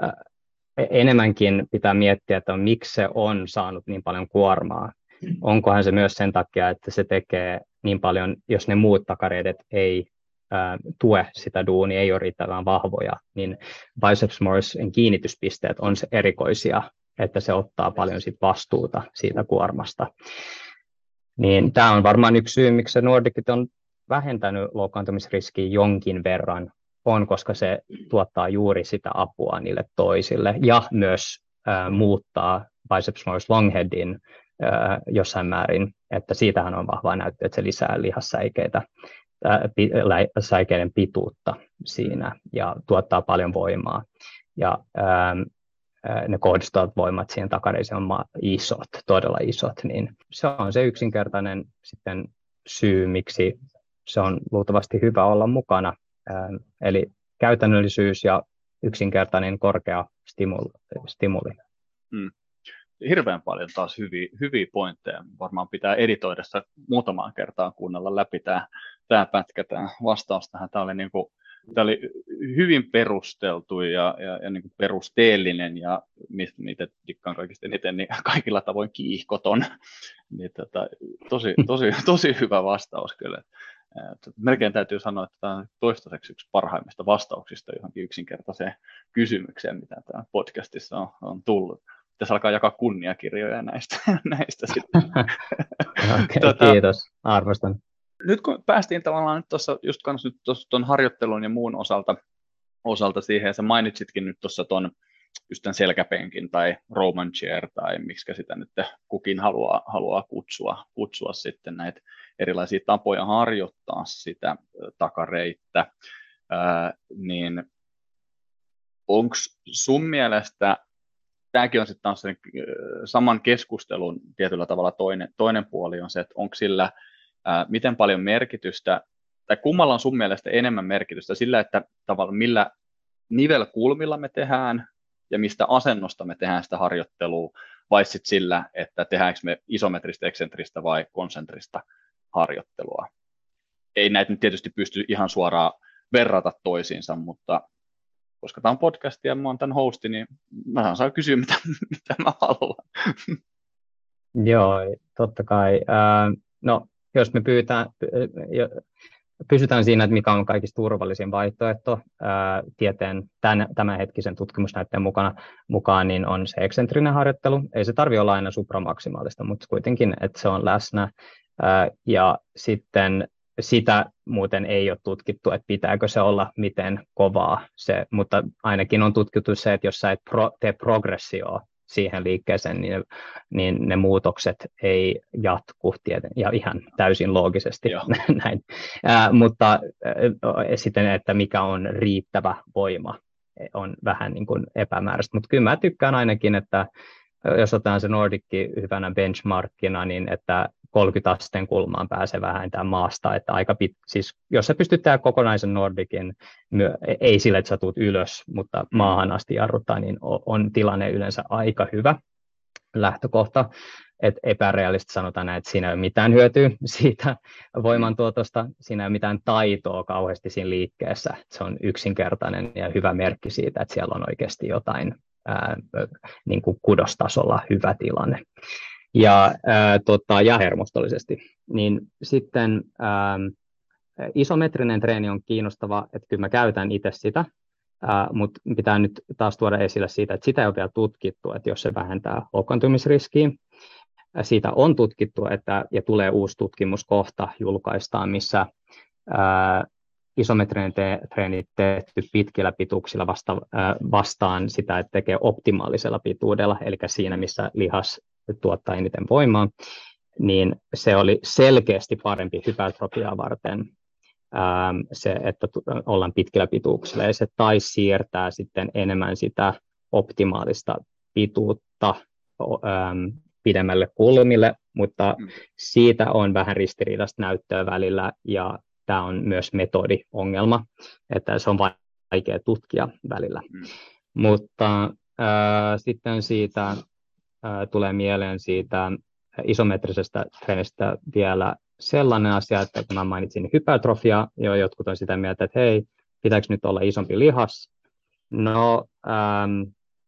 enemmänkin pitää miettiä, että miksi se on saanut niin paljon kuormaa. Onkohan se myös sen takia, että se tekee niin paljon, jos ne muut takareidet ei ää, tue sitä duunia, ei ole riittävän vahvoja, niin biceps femorisin kiinnityspisteet on se erikoisia, että se ottaa paljon sit vastuuta siitä kuormasta. Niin tämä on varmaan yksi syy, miksi se Nordicit on vähentänyt loukkaantumisriskiä jonkin verran, on, koska se tuottaa juuri sitä apua niille toisille ja myös äh, muuttaa biceps femoris longheadin äh, jossain määrin, että siitähän on vahvaa näyttöä, että se lisää lihassäikeitä, äh, pi, säikeiden pituutta siinä ja tuottaa paljon voimaa. Ja, ähm, ne kohdistuvat voimat siihen takareisiin on isot, todella isot, niin se on se yksinkertainen sitten syy, miksi se on luultavasti hyvä olla mukana. Eli käytännöllisyys ja yksinkertainen korkea stimuli. stimuli. Hmm. Hirveän paljon taas hyviä, hyviä pointteja. Varmaan pitää editoidessa muutamaan kertaan kuunnella läpi tämä, tämä pätkä, tämä vastaus tähän. Tämä oli niin kuin Tämä oli hyvin perusteltu ja, ja, ja niin kuin perusteellinen ja mistä niitä dikkaan kaikista eniten, niin kaikilla tavoin kiihkoton. Niin, tota, tosi, tosi, tosi hyvä vastaus kyllä. Et, melkein täytyy sanoa, että tämä on toistaiseksi yksi parhaimmista vastauksista johonkin yksinkertaiseen kysymykseen, mitä tämä podcastissa on, on tullut. Tässä alkaa jakaa kunniakirjoja näistä, näistä sitten. Okay, tota, kiitos, arvostan. Nyt kun päästiin tavallaan nyt tuossa just kanssa nyt tuon harjoittelun ja muun osalta, osalta siihen, ja sä mainitsitkin nyt tuossa tuon just tämän selkäpenkin tai Roman chair tai miksi sitä nyt kukin haluaa, haluaa kutsua, kutsua sitten näitä erilaisia tapoja harjoittaa sitä takareittä, ää, niin onko sun mielestä, tämäkin on sitten taas sen saman keskustelun tietyllä tavalla toinen, toinen puoli on se, että onko sillä Ää, miten paljon merkitystä, tai kummalla on sun mielestä enemmän merkitystä sillä, että tavallaan millä nivelkulmilla me tehdään ja mistä asennosta me tehdään sitä harjoittelua, vai sitten sillä, että tehdäänkö me isometristä, eksentristä vai konsentrista harjoittelua. Ei näitä nyt tietysti pysty ihan suoraan verrata toisiinsa, mutta koska tämä on podcast ja mä oon tämän hosti, niin mä saan kysyä, mitä, mitä mä haluan. Joo, totta kai. Äh, no, jos me pyytään, pysytään siinä, että mikä on kaikista turvallisin vaihtoehto ää, tieteen tämän, tämänhetkisen tutkimusnäytteen mukana, mukaan, niin on se eksentrinen harjoittelu. Ei se tarvitse olla aina supramaksimaalista, mutta kuitenkin, että se on läsnä. Ää, ja sitten sitä muuten ei ole tutkittu, että pitääkö se olla miten kovaa, se, mutta ainakin on tutkittu se, että jos sä et pro, tee progressioa siihen liikkeeseen, niin, niin ne muutokset ei jatku tieten, ja ihan täysin loogisesti näin. Ää, mutta ää, sitten, että mikä on riittävä voima, on vähän niin kuin epämääräistä. Mutta kyllä mä tykkään ainakin, että jos otetaan se Nordicki hyvänä benchmarkkina, niin että kolmekymmentä asteen kulmaan pääsee vähintään maasta, että aika pit, siis jos sä pystyt tehdä kokonaisen Nordicin, ei sille, että sä tuut ylös, mutta maahan asti jarruttaa, niin on tilanne yleensä aika hyvä lähtökohta, että epärealistisesti sanotaan näin, että siinä ei ole mitään hyötyä siitä voimantuotosta, siinä ei ole mitään taitoa kauheasti siinä liikkeessä, se on yksinkertainen ja hyvä merkki siitä, että siellä on oikeasti jotain ää, niin kuin kudostasolla hyvä tilanne. Ja, ää, tota, ja hermostollisesti. Niin sitten ää, isometrinen treeni on kiinnostava, että kyllä mä käytän itse sitä, ää, mutta pitää nyt taas tuoda esille siitä, että sitä ei ole vielä tutkittu, että jos se vähentää loukkaantumisriskiä. Siitä on tutkittu, että, ja tulee uusi tutkimus kohta julkaistaan, missä ää, isometrinen te- treeni tehty pitkillä pituuksilla vasta, ää, vastaan sitä, että tekee optimaalisella pituudella, eli siinä, missä lihas tuottaa eniten voimaa, niin se oli selkeästi parempi hypertrofiaa varten ähm, se, että ollaan pitkillä pituuksilla, ja se taisi siirtää sitten enemmän sitä optimaalista pituutta ähm, pidemmälle kulmille, mutta mm. siitä on vähän ristiriitaista näyttöä välillä, ja tämä on myös metodiongelma, että se on vaikea tutkia välillä. Mm. Mutta äh, sitten siitä tulee mieleen siitä isometrisestä treenistä vielä sellainen asia, että kun mä mainitsin hypertrofia, jo jotkut on sitä mieltä, että hei, pitääkö nyt olla isompi lihas? No, ähm,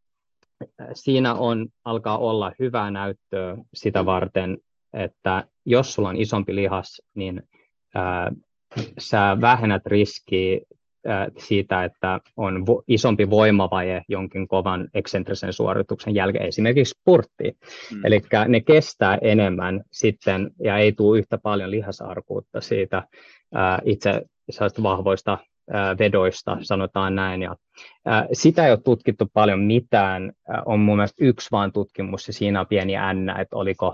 siinä on, alkaa olla hyvää näyttöä sitä varten, että jos sulla on isompi lihas, niin äh, sä vähennät riskiä siitä, että on vo- isompi voimavaje jonkin kovan eksentrisen suorituksen jälkeen, esimerkiksi spurttiin. Mm. Eli ne kestää enemmän sitten ja ei tule yhtä paljon lihasarkuutta siitä ää, itse vahvoista ää, vedoista, sanotaan näin. Ja, ää, sitä ei ole tutkittu paljon mitään. Ää, on mun mielestä yksi vaan tutkimus ja siinä on pieni ännä, että oliko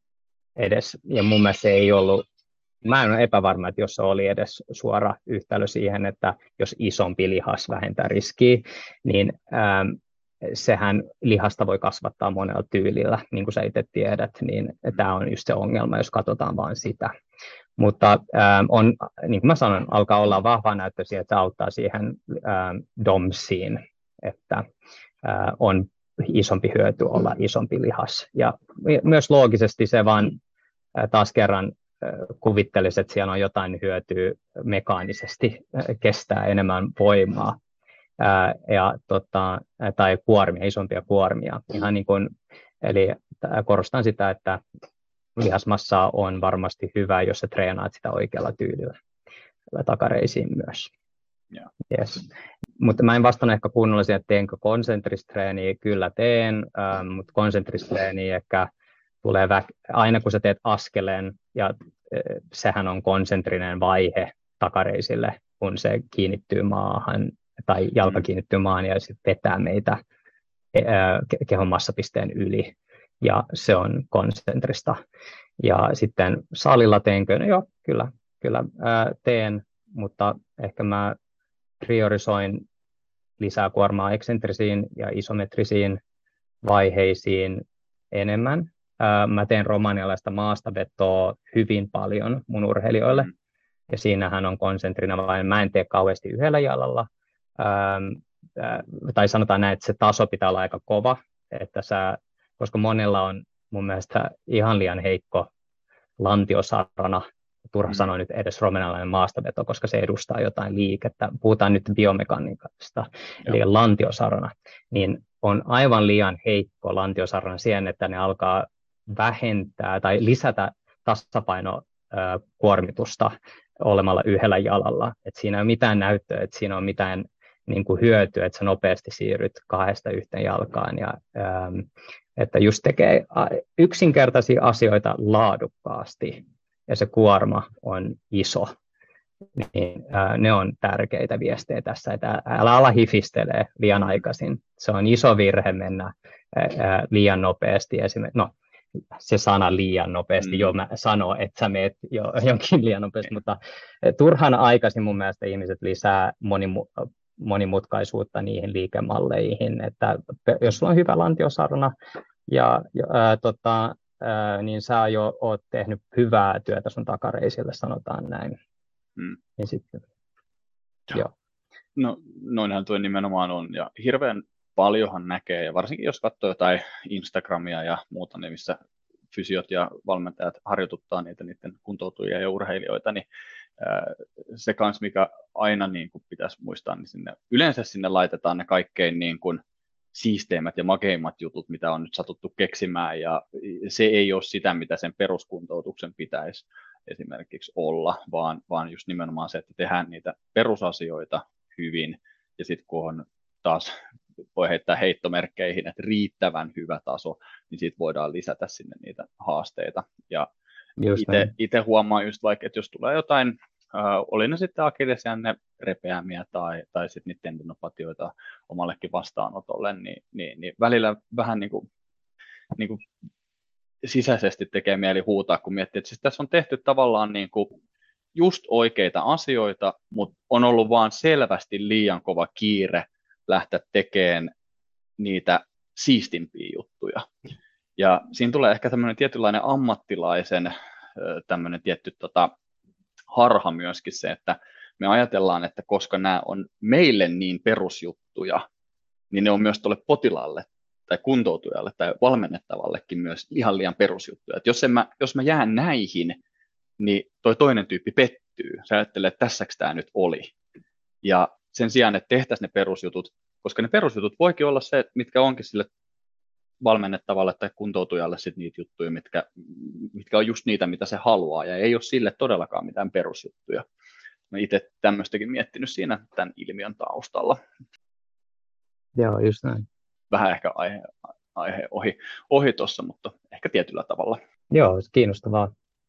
edes, ja mun mielestä se ei ollut. Mä en ole epävarma, että jos se oli edes suora yhtälö siihen, että jos isompi lihas vähentää riskiä, niin ähm, sehän lihasta voi kasvattaa monella tyylillä, niin kuin sä itse tiedät, niin tämä on just se ongelma, jos katsotaan vain sitä. Mutta ähm, on, niin kuin mä sanoin, alkaa olla vahva näyttö siihen, että se auttaa siihen ähm, D O M Siin, että äh, on isompi hyöty olla isompi lihas. Ja myös loogisesti se vaan äh, taas kerran kuvittelisi, että siellä on jotain hyötyä mekaanisesti, kestää enemmän voimaa ää, ja, tota, tai kuormia, isompia kuormia. Ihan niin kuin, eli korostan sitä, että lihasmassaa on varmasti hyvä, jos sä treenaat sitä oikealla tyylillä takareisiin myös. Yeah. Yes. Mutta mä en vastannut ehkä kunnolla siihen, että teenkö konsentrista treeniä. Kyllä teen, ähm, mutta konsentrista treeniä ehkä tulee vä- aina kun sä teet askeleen, ja sehän on konsentrinen vaihe takareisille, kun se kiinnittyy maahan tai jalka kiinnittyy maahan ja sitten vetää meitä kehon massapisteen yli, ja se on konsentrista. Ja sitten salilla teenkö? No joo, kyllä, kyllä ää, teen, mutta ehkä mä priorisoin lisää kuormaa eksentrisiin ja isometrisiin vaiheisiin enemmän. Mä teen romanialaista maastavetoa hyvin paljon mun urheilijoille, mm. ja siinähän on konsentrina vaihe. Mä en tee kauheasti yhdellä jalalla, ähm, äh, tai sanotaan näin, että se taso pitää olla aika kova, että sä, koska monella on mun mielestä ihan liian heikko lantiosarana, turha mm. sanoa nyt edes romanialainen maastaveto, koska se edustaa jotain liikettä, puhutaan nyt biomekaniikasta, eli lantiosarana, niin on aivan liian heikko lantiosarana siihen, että ne alkaa vähentää tai lisätä tasapaino ää, kuormitusta olemalla yhdellä jalalla. Et siinä ei ole mitään näyttöä, että siinä on mitään niin kuin hyötyä, että sä nopeasti siirryt kahdesta yhteen jalkaan. Ja, ää, että just tekee yksinkertaisia asioita laadukkaasti ja se kuorma on iso. Niin, ää, ne on tärkeitä viestejä tässä, että älä ala hifistelee liian aikaisin. Se on iso virhe mennä ää, liian nopeasti. Esimerkiksi, no, se sana liian nopeasti, mm. jo mä sanon, että sä meet jo jonkin liian nopeasti, mm. mutta turhan aikaisin mun mielestä ihmiset lisää monimu- monimutkaisuutta niihin liikemalleihin, että jos sulla on hyvä lantiosarna, ja, ja ää, tota, ää, niin sä jo oot tehnyt hyvää työtä sun takareisille, sanotaan näin. Mm. Ja sitten, joo. Joo. No noinhan tuo nimenomaan on, ja hirveän paljonhan näkee, ja varsinkin jos katsoo jotain Instagramia ja muuta, niin missä fysiot ja valmentajat harjoituttaa niitä niiden kuntoutujia ja urheilijoita, niin ää, se kans, mikä aina niin kuin pitäisi muistaa, niin sinne, yleensä sinne laitetaan ne kaikkein niin kuin siisteimmät ja makeimmat jutut, mitä on nyt satuttu keksimään, ja se ei ole sitä, mitä sen peruskuntoutuksen pitäisi esimerkiksi olla, vaan, vaan just nimenomaan se, että tehdään niitä perusasioita hyvin, ja sitten kun on taas, voi heittää heittomerkkeihin, että riittävän hyvä taso, niin sitten voidaan lisätä sinne niitä haasteita. Ja itse huomaan just vaikka, että jos tulee jotain, äh, oli ne sitten akillesjänne repeämiä tai, tai sitten niitä tendinopatioita omallekin vastaanotolle, niin, niin, niin välillä vähän niin kuin, niin kuin sisäisesti tekee mieli huutaa, kun miettii, että siis tässä on tehty tavallaan niin kuin just oikeita asioita, mutta on ollut vaan selvästi liian kova kiire lähteä tekemään niitä siistimpiä juttuja. Ja siinä tulee ehkä tämmöinen tietynlainen ammattilaisen tämmöinen tietty tota, harha myöskin se, että me ajatellaan, että koska nämä on meille niin perusjuttuja, niin ne on myös tuolle potilaalle tai kuntoutujalle tai valmennettavallekin myös ihan liian perusjuttuja. Että jos, mä, jos mä jään näihin, niin toi toinen tyyppi pettyy. Sä ajattelee, että tässäks tämä nyt oli. Ja sen sijaan, että tehtäisiin ne perusjutut, koska ne perusjutut voikin olla se, mitkä onkin sille valmennettavalle tai kuntoutujalle sit niitä juttuja, mitkä, mitkä on just niitä, mitä se haluaa, ja ei ole sille todellakaan mitään perusjuttuja. Mä itse tämmöistäkin miettinyt siinä tämän ilmiön taustalla. Joo, just näin. Vähän ehkä aihe, aihe ohi, ohi tuossa, mutta ehkä tietyllä tavalla. Joo, kiinnostavaa.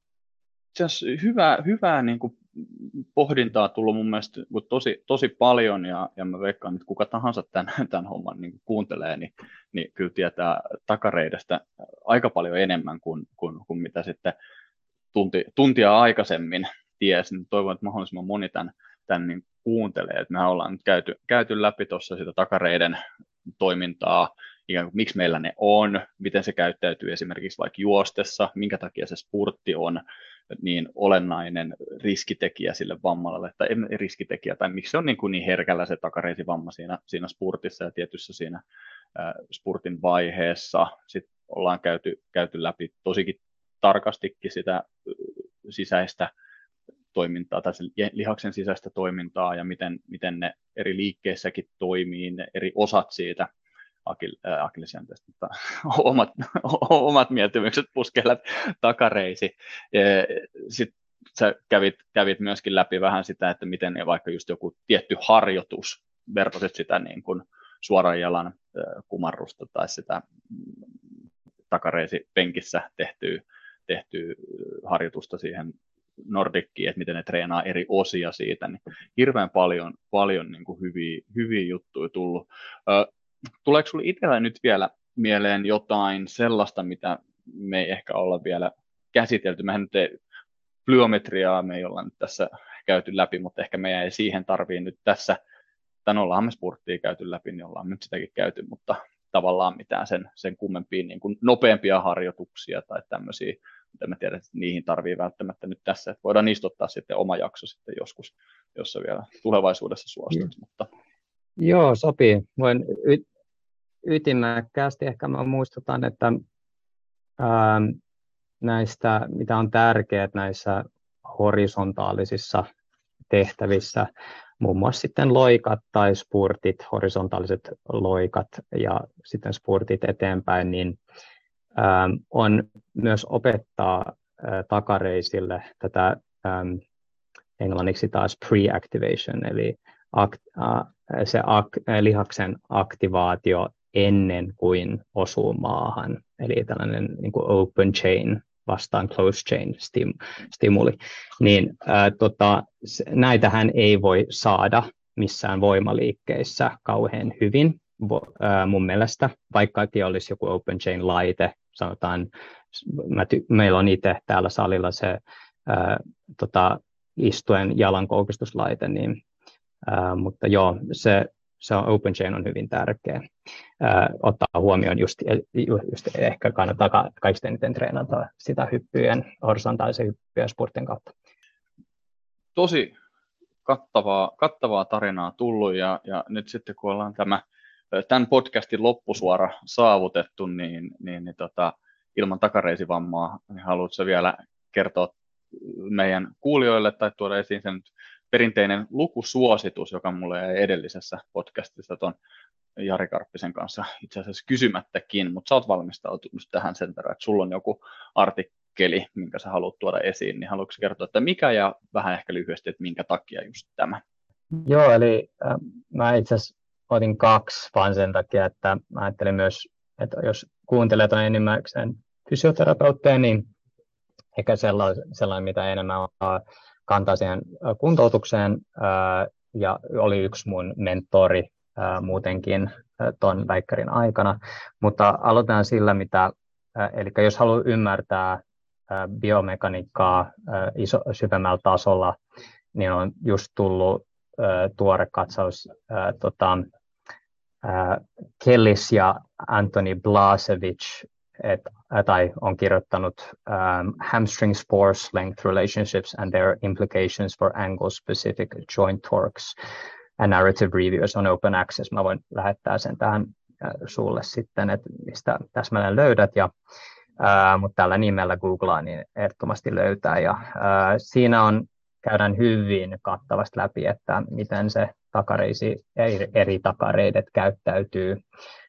Hyvää, hyvää niin kuin pohdintaa tullut mun mielestä tosi, tosi paljon, ja, ja mä veikkaan, että kuka tahansa tämän, tämän homman niin kuin kuuntelee, niin, niin kyllä tietää takareidestä aika paljon enemmän kuin, kuin, kuin mitä sitten tunti, tuntia aikaisemmin tiesi. Niin toivon, että mahdollisimman moni tämän, tämän niin kuuntelee. Että me ollaan nyt käyty, käyty läpi tuossa sitä takareiden toimintaa, ikään kuin miksi meillä ne on, miten se käyttäytyy esimerkiksi vaikka juostessa, minkä takia se spurtti on niin olennainen riskitekijä sille vammalle, tai ei riskitekijä, tai miksi se on niin, kuin niin herkällä se takareisivamma siinä, siinä spurtissa ja tietyssä siinä äh, spurtin vaiheessa. Sitten ollaan käyty, käyty läpi tosikin tarkastikin sitä sisäistä toimintaa, tai lihaksen sisäistä toimintaa, ja miten, miten ne eri liikkeissäkin toimii, ne eri osat siitä akillesjänteestä, mutta omat, omat mieltymykset puskeilla takareisi. Sitten sä kävit, kävit myöskin läpi vähän sitä, että miten vaikka just joku tietty harjoitus vertaisit sitä niin kuin suoran jalan kumarrusta tai sitä takareisi penkissä tehtyä, tehtyä harjoitusta siihen Nordickiin, että miten ne treenaa eri osia siitä, niin hirveän paljon, paljon niin kuin hyviä, hyviä juttuja tullut. Tuleeko sinulle itsellä nyt vielä mieleen jotain sellaista, mitä me ei ehkä olla vielä käsitelty? Mehän nyt ei, plyometriaa me ei olla nyt tässä käyty läpi, mutta ehkä meidän ei siihen tarvii nyt tässä, tämän ollaan me spurttia käyty läpi, niin ollaan nyt sitäkin käyty, mutta tavallaan mitään sen, sen kummempia niin kuin nopeampia harjoituksia tai tämmöisiä, mutta mä tiedän, että niihin tarvii välttämättä nyt tässä, että voidaan niistä ottaa sitten oma jakso sitten joskus, jossa vielä tulevaisuudessa suostut. Mm. Mutta... Joo, sopii. Voin y- ytimäkkäästi ehkä mä muistutan, että ää, näistä, mitä on tärkeää näissä horisontaalisissa tehtävissä, muun muassa sitten loikat tai spurtit, horisontaaliset loikat ja sitten spurtit eteenpäin, niin ää, on myös opettaa takareisille tätä äm, englanniksi taas pre-activation, eli akt, äh, se ak, lihaksen aktivaatio ennen kuin osuu maahan, eli tällainen niin kuin open chain vastaan closed chain stim, stimuli, niin ää, tota, näitähän ei voi saada missään voimaliikkeissä kauhean hyvin ää, mun mielestä, vaikkakin olisi joku open chain laite, sanotaan, mä ty- meillä on itse täällä salilla se ää, tota, istuen jalan koukistuslaite, niin, ää, mutta joo, se, se on, open chain on hyvin tärkeä. Ää, ottaa huomioon just, just ehkä kannattaa ka- kaikista eniten treenata sitä hyppyjen, horisontaalisen hyppyjen spurtin kautta. Tosi kattavaa, kattavaa tarinaa tullut ja, ja nyt sitten kun ollaan tämä, tämän podcastin loppusuora saavutettu, niin, niin, niin tota, ilman takareisivammaa, niin haluatko vielä kertoa meidän kuulijoille tai tuoda esiin sen perinteinen lukusuositus, joka mulle jäi edellisessä podcastissa tuon Jari Karppisen kanssa itse asiassa kysymättäkin, mutta sä oot valmistautunut tähän sen verran, että sulla on joku artikkeli, minkä sä haluat tuoda esiin, niin haluatko kertoa, että mikä ja vähän ehkä lyhyesti, että minkä takia just tämä? Joo, eli äh, mä itse asiassa otin kaksi vaan sen takia, että mä ajattelin myös, että jos kuuntelee tuon enimmäkseen fysioterapeutteja, niin ehkä sellainen, sellainen mitä enemmän kantaa siihen kuntoutukseen, äh, ja oli yksi mun mentori äh, muutenkin äh, ton väikkärin aikana, mutta aloitetaan sillä, mitä, äh, eli jos haluaa ymmärtää äh, biomekaniikkaa äh, iso, syvemmällä tasolla, niin on just tullut äh, tuore katsaus äh, tota, äh, Kellis ja Anthony Blasevich, et, tai on kirjoittanut um, Hamstring Force Length Relationships and Their Implications for Angle-Specific Joint Torques, a Narrative Reviews on Open Access. Mä voin lähettää sen tähän äh, sulle sitten, että mistä täsmälleen löydät, ja, äh, mutta tällä nimellä googlaa, niin ehdottomasti löytää. Ja, äh, siinä on, käydään hyvin kattavasti läpi, että miten se takareisi, eri, eri takareidet käyttäytyy.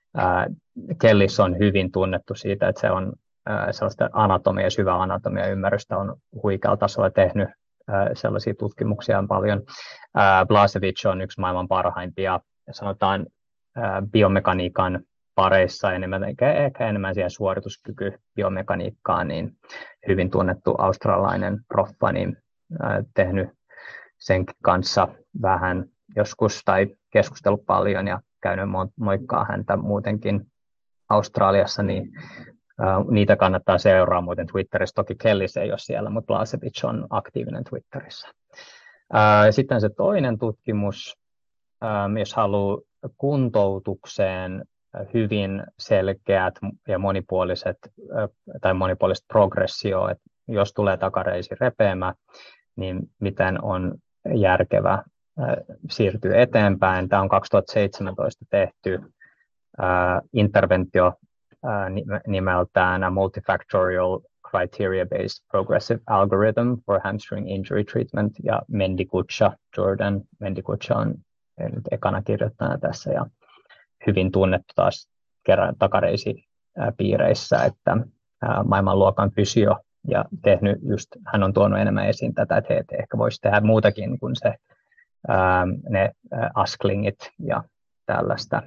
Kellis on hyvin tunnettu siitä, että se on sellaista anatomia, syvää anatomia ymmärrystä on huikealla tasolla tehnyt sellaisia tutkimuksia on paljon. Blasevich on yksi maailman parhaimpia, sanotaan biomekaniikan pareissa, enemmän, ehkä enemmän siihen suorituskykybiomekaniikkaan, niin hyvin tunnettu australainen proffa, niin tehnyt sen kanssa vähän joskus tai keskustellut paljon ja käynyt moikkaa häntä muutenkin Australiassa, niin uh, niitä kannattaa seuraa muuten Twitterissä. Toki Kellis ei ole siellä, mutta Blasevich on aktiivinen Twitterissä. Uh, sitten se toinen tutkimus, uh, jos haluaa kuntoutukseen hyvin selkeät ja monipuoliset uh, tai monipuoliset progressio, että jos tulee takareisi repeämä, niin miten on järkevä siirtyy eteenpäin. Tämä on kaksituhattaseitsemäntoista tehty äh, interventio äh, nimeltään A Multifactorial Criteria-Based Progressive Algorithm for Hamstring Injury Treatment, ja Mendikucha, Jordan Mendikucha on nyt ekana kirjoittajana tässä, ja hyvin tunnettu taas kerran takareisipiireissä, että äh, maailmanluokan fysio, ja tehnyt just, hän on tuonut enemmän esiin tätä, että he ehkä voisi tehdä muutakin kuin se Ähm, ne äh, asklingit ja tällaista,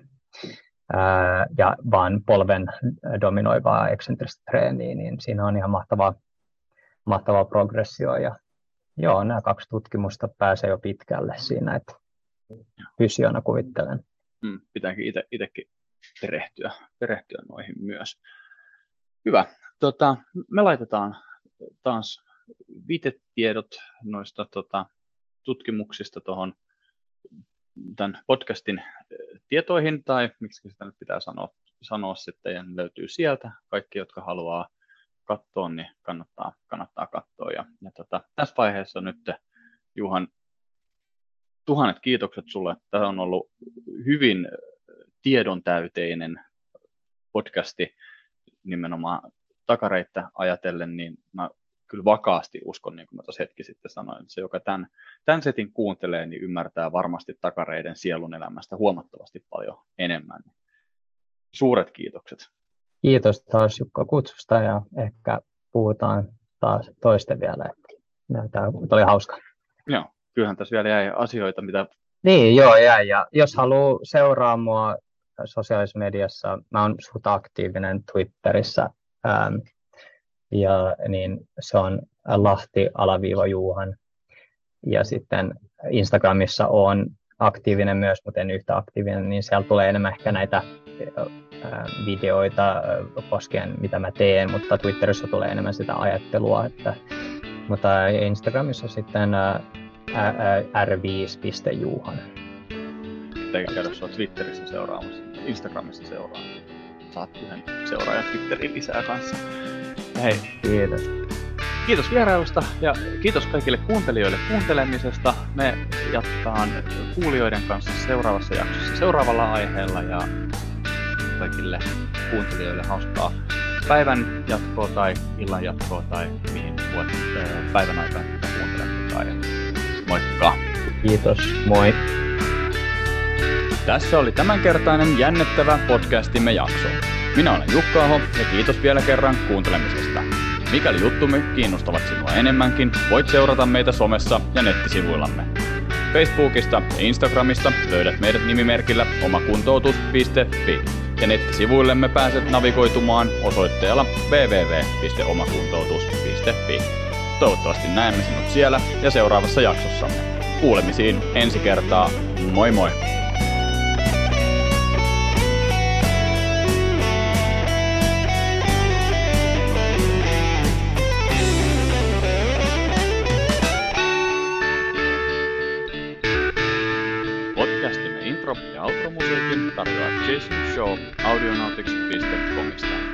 äh, ja vaan polven dominoivaa eksentristä treeniä, niin siinä on ihan mahtavaa, mahtavaa progressio, ja joo, nämä kaksi tutkimusta pääsee jo pitkälle siinä, että fysiona kuvittelen. Hmm, pitääkin ite, itsekin perehtyä, perehtyä noihin myös. Hyvä. Tota, me laitetaan taas viitetiedot noista tota, tutkimuksista tuohon tämän podcastin tietoihin, tai miksi sitä nyt pitää sanoa, sanoa sitten, ja löytyy sieltä. Kaikki, jotka haluaa katsoa, niin kannattaa, kannattaa katsoa. Ja, ja tota, tässä vaiheessa nyt, Juhan, tuhannet kiitokset sulle. Tämä on ollut hyvin tiedontäyteinen podcasti nimenomaan takareittä ajatellen, niin mä kyllä vakaasti uskon, niin kuin mä tuossa hetki sitten sanoin, että se, joka tämän, tämän setin kuuntelee, niin ymmärtää varmasti takareiden sielun elämästä huomattavasti paljon enemmän. Suuret kiitokset. Kiitos taas Jukka kutsusta, ja ehkä puhutaan taas toisten vielä. Tämä oli hauska. Joo, kyllähän tässä vielä jäi asioita, mitä... Niin, joo, jäi. Ja jos haluaa seuraa mua sosiaalisessa mediassa, mä oon suht aktiivinen Twitterissä. Ähm, ja niin se on Lahti-Juuhan. Ja sitten Instagramissa on aktiivinen myös, mutta en yhtä aktiivinen, niin siellä tulee enemmän ehkä näitä videoita koskien mitä mä teen, mutta Twitterissä tulee enemmän sitä ajattelua. Että, mutta Instagramissa sitten r viisi piste juuhan. Eikä käydä sua Twitterissä seuraamassa, Instagramissa seuraa. Saat yhden seuraajan Twitterin lisää kanssa. Hei. Kiitos. Kiitos vierailusta ja kiitos kaikille kuuntelijoille kuuntelemisesta. Me jatketaan kuulijoiden kanssa seuraavassa jaksossa seuraavalla aiheella ja kaikille kuuntelijoille hauskaa päivän jatkoa tai illan jatkoa tai mihin voit päivän aikana kuuntelemmekaan. Moikka! Kiitos, moi! Tässä oli tämänkertainen jännittävä podcastimme jakso. Minä olen Jukka Aho ja kiitos vielä kerran kuuntelemisesta. Mikäli juttumme kiinnostavat sinua enemmänkin, voit seurata meitä somessa ja nettisivuillamme. Facebookista ja Instagramista löydät meidät nimimerkillä omakuntoutus piste fi ja nettisivuillemme pääset navigoitumaan osoitteella double-u double-u double-u piste omakuntoutus piste fi. Toivottavasti näemme sinut siellä ja seuraavassa jaksossamme. Kuulemisiin ensi kertaa. Moi moi! Podcastimme intro- ja outro-musiikin tarjoaa Jason Shaw audionautics piste comista.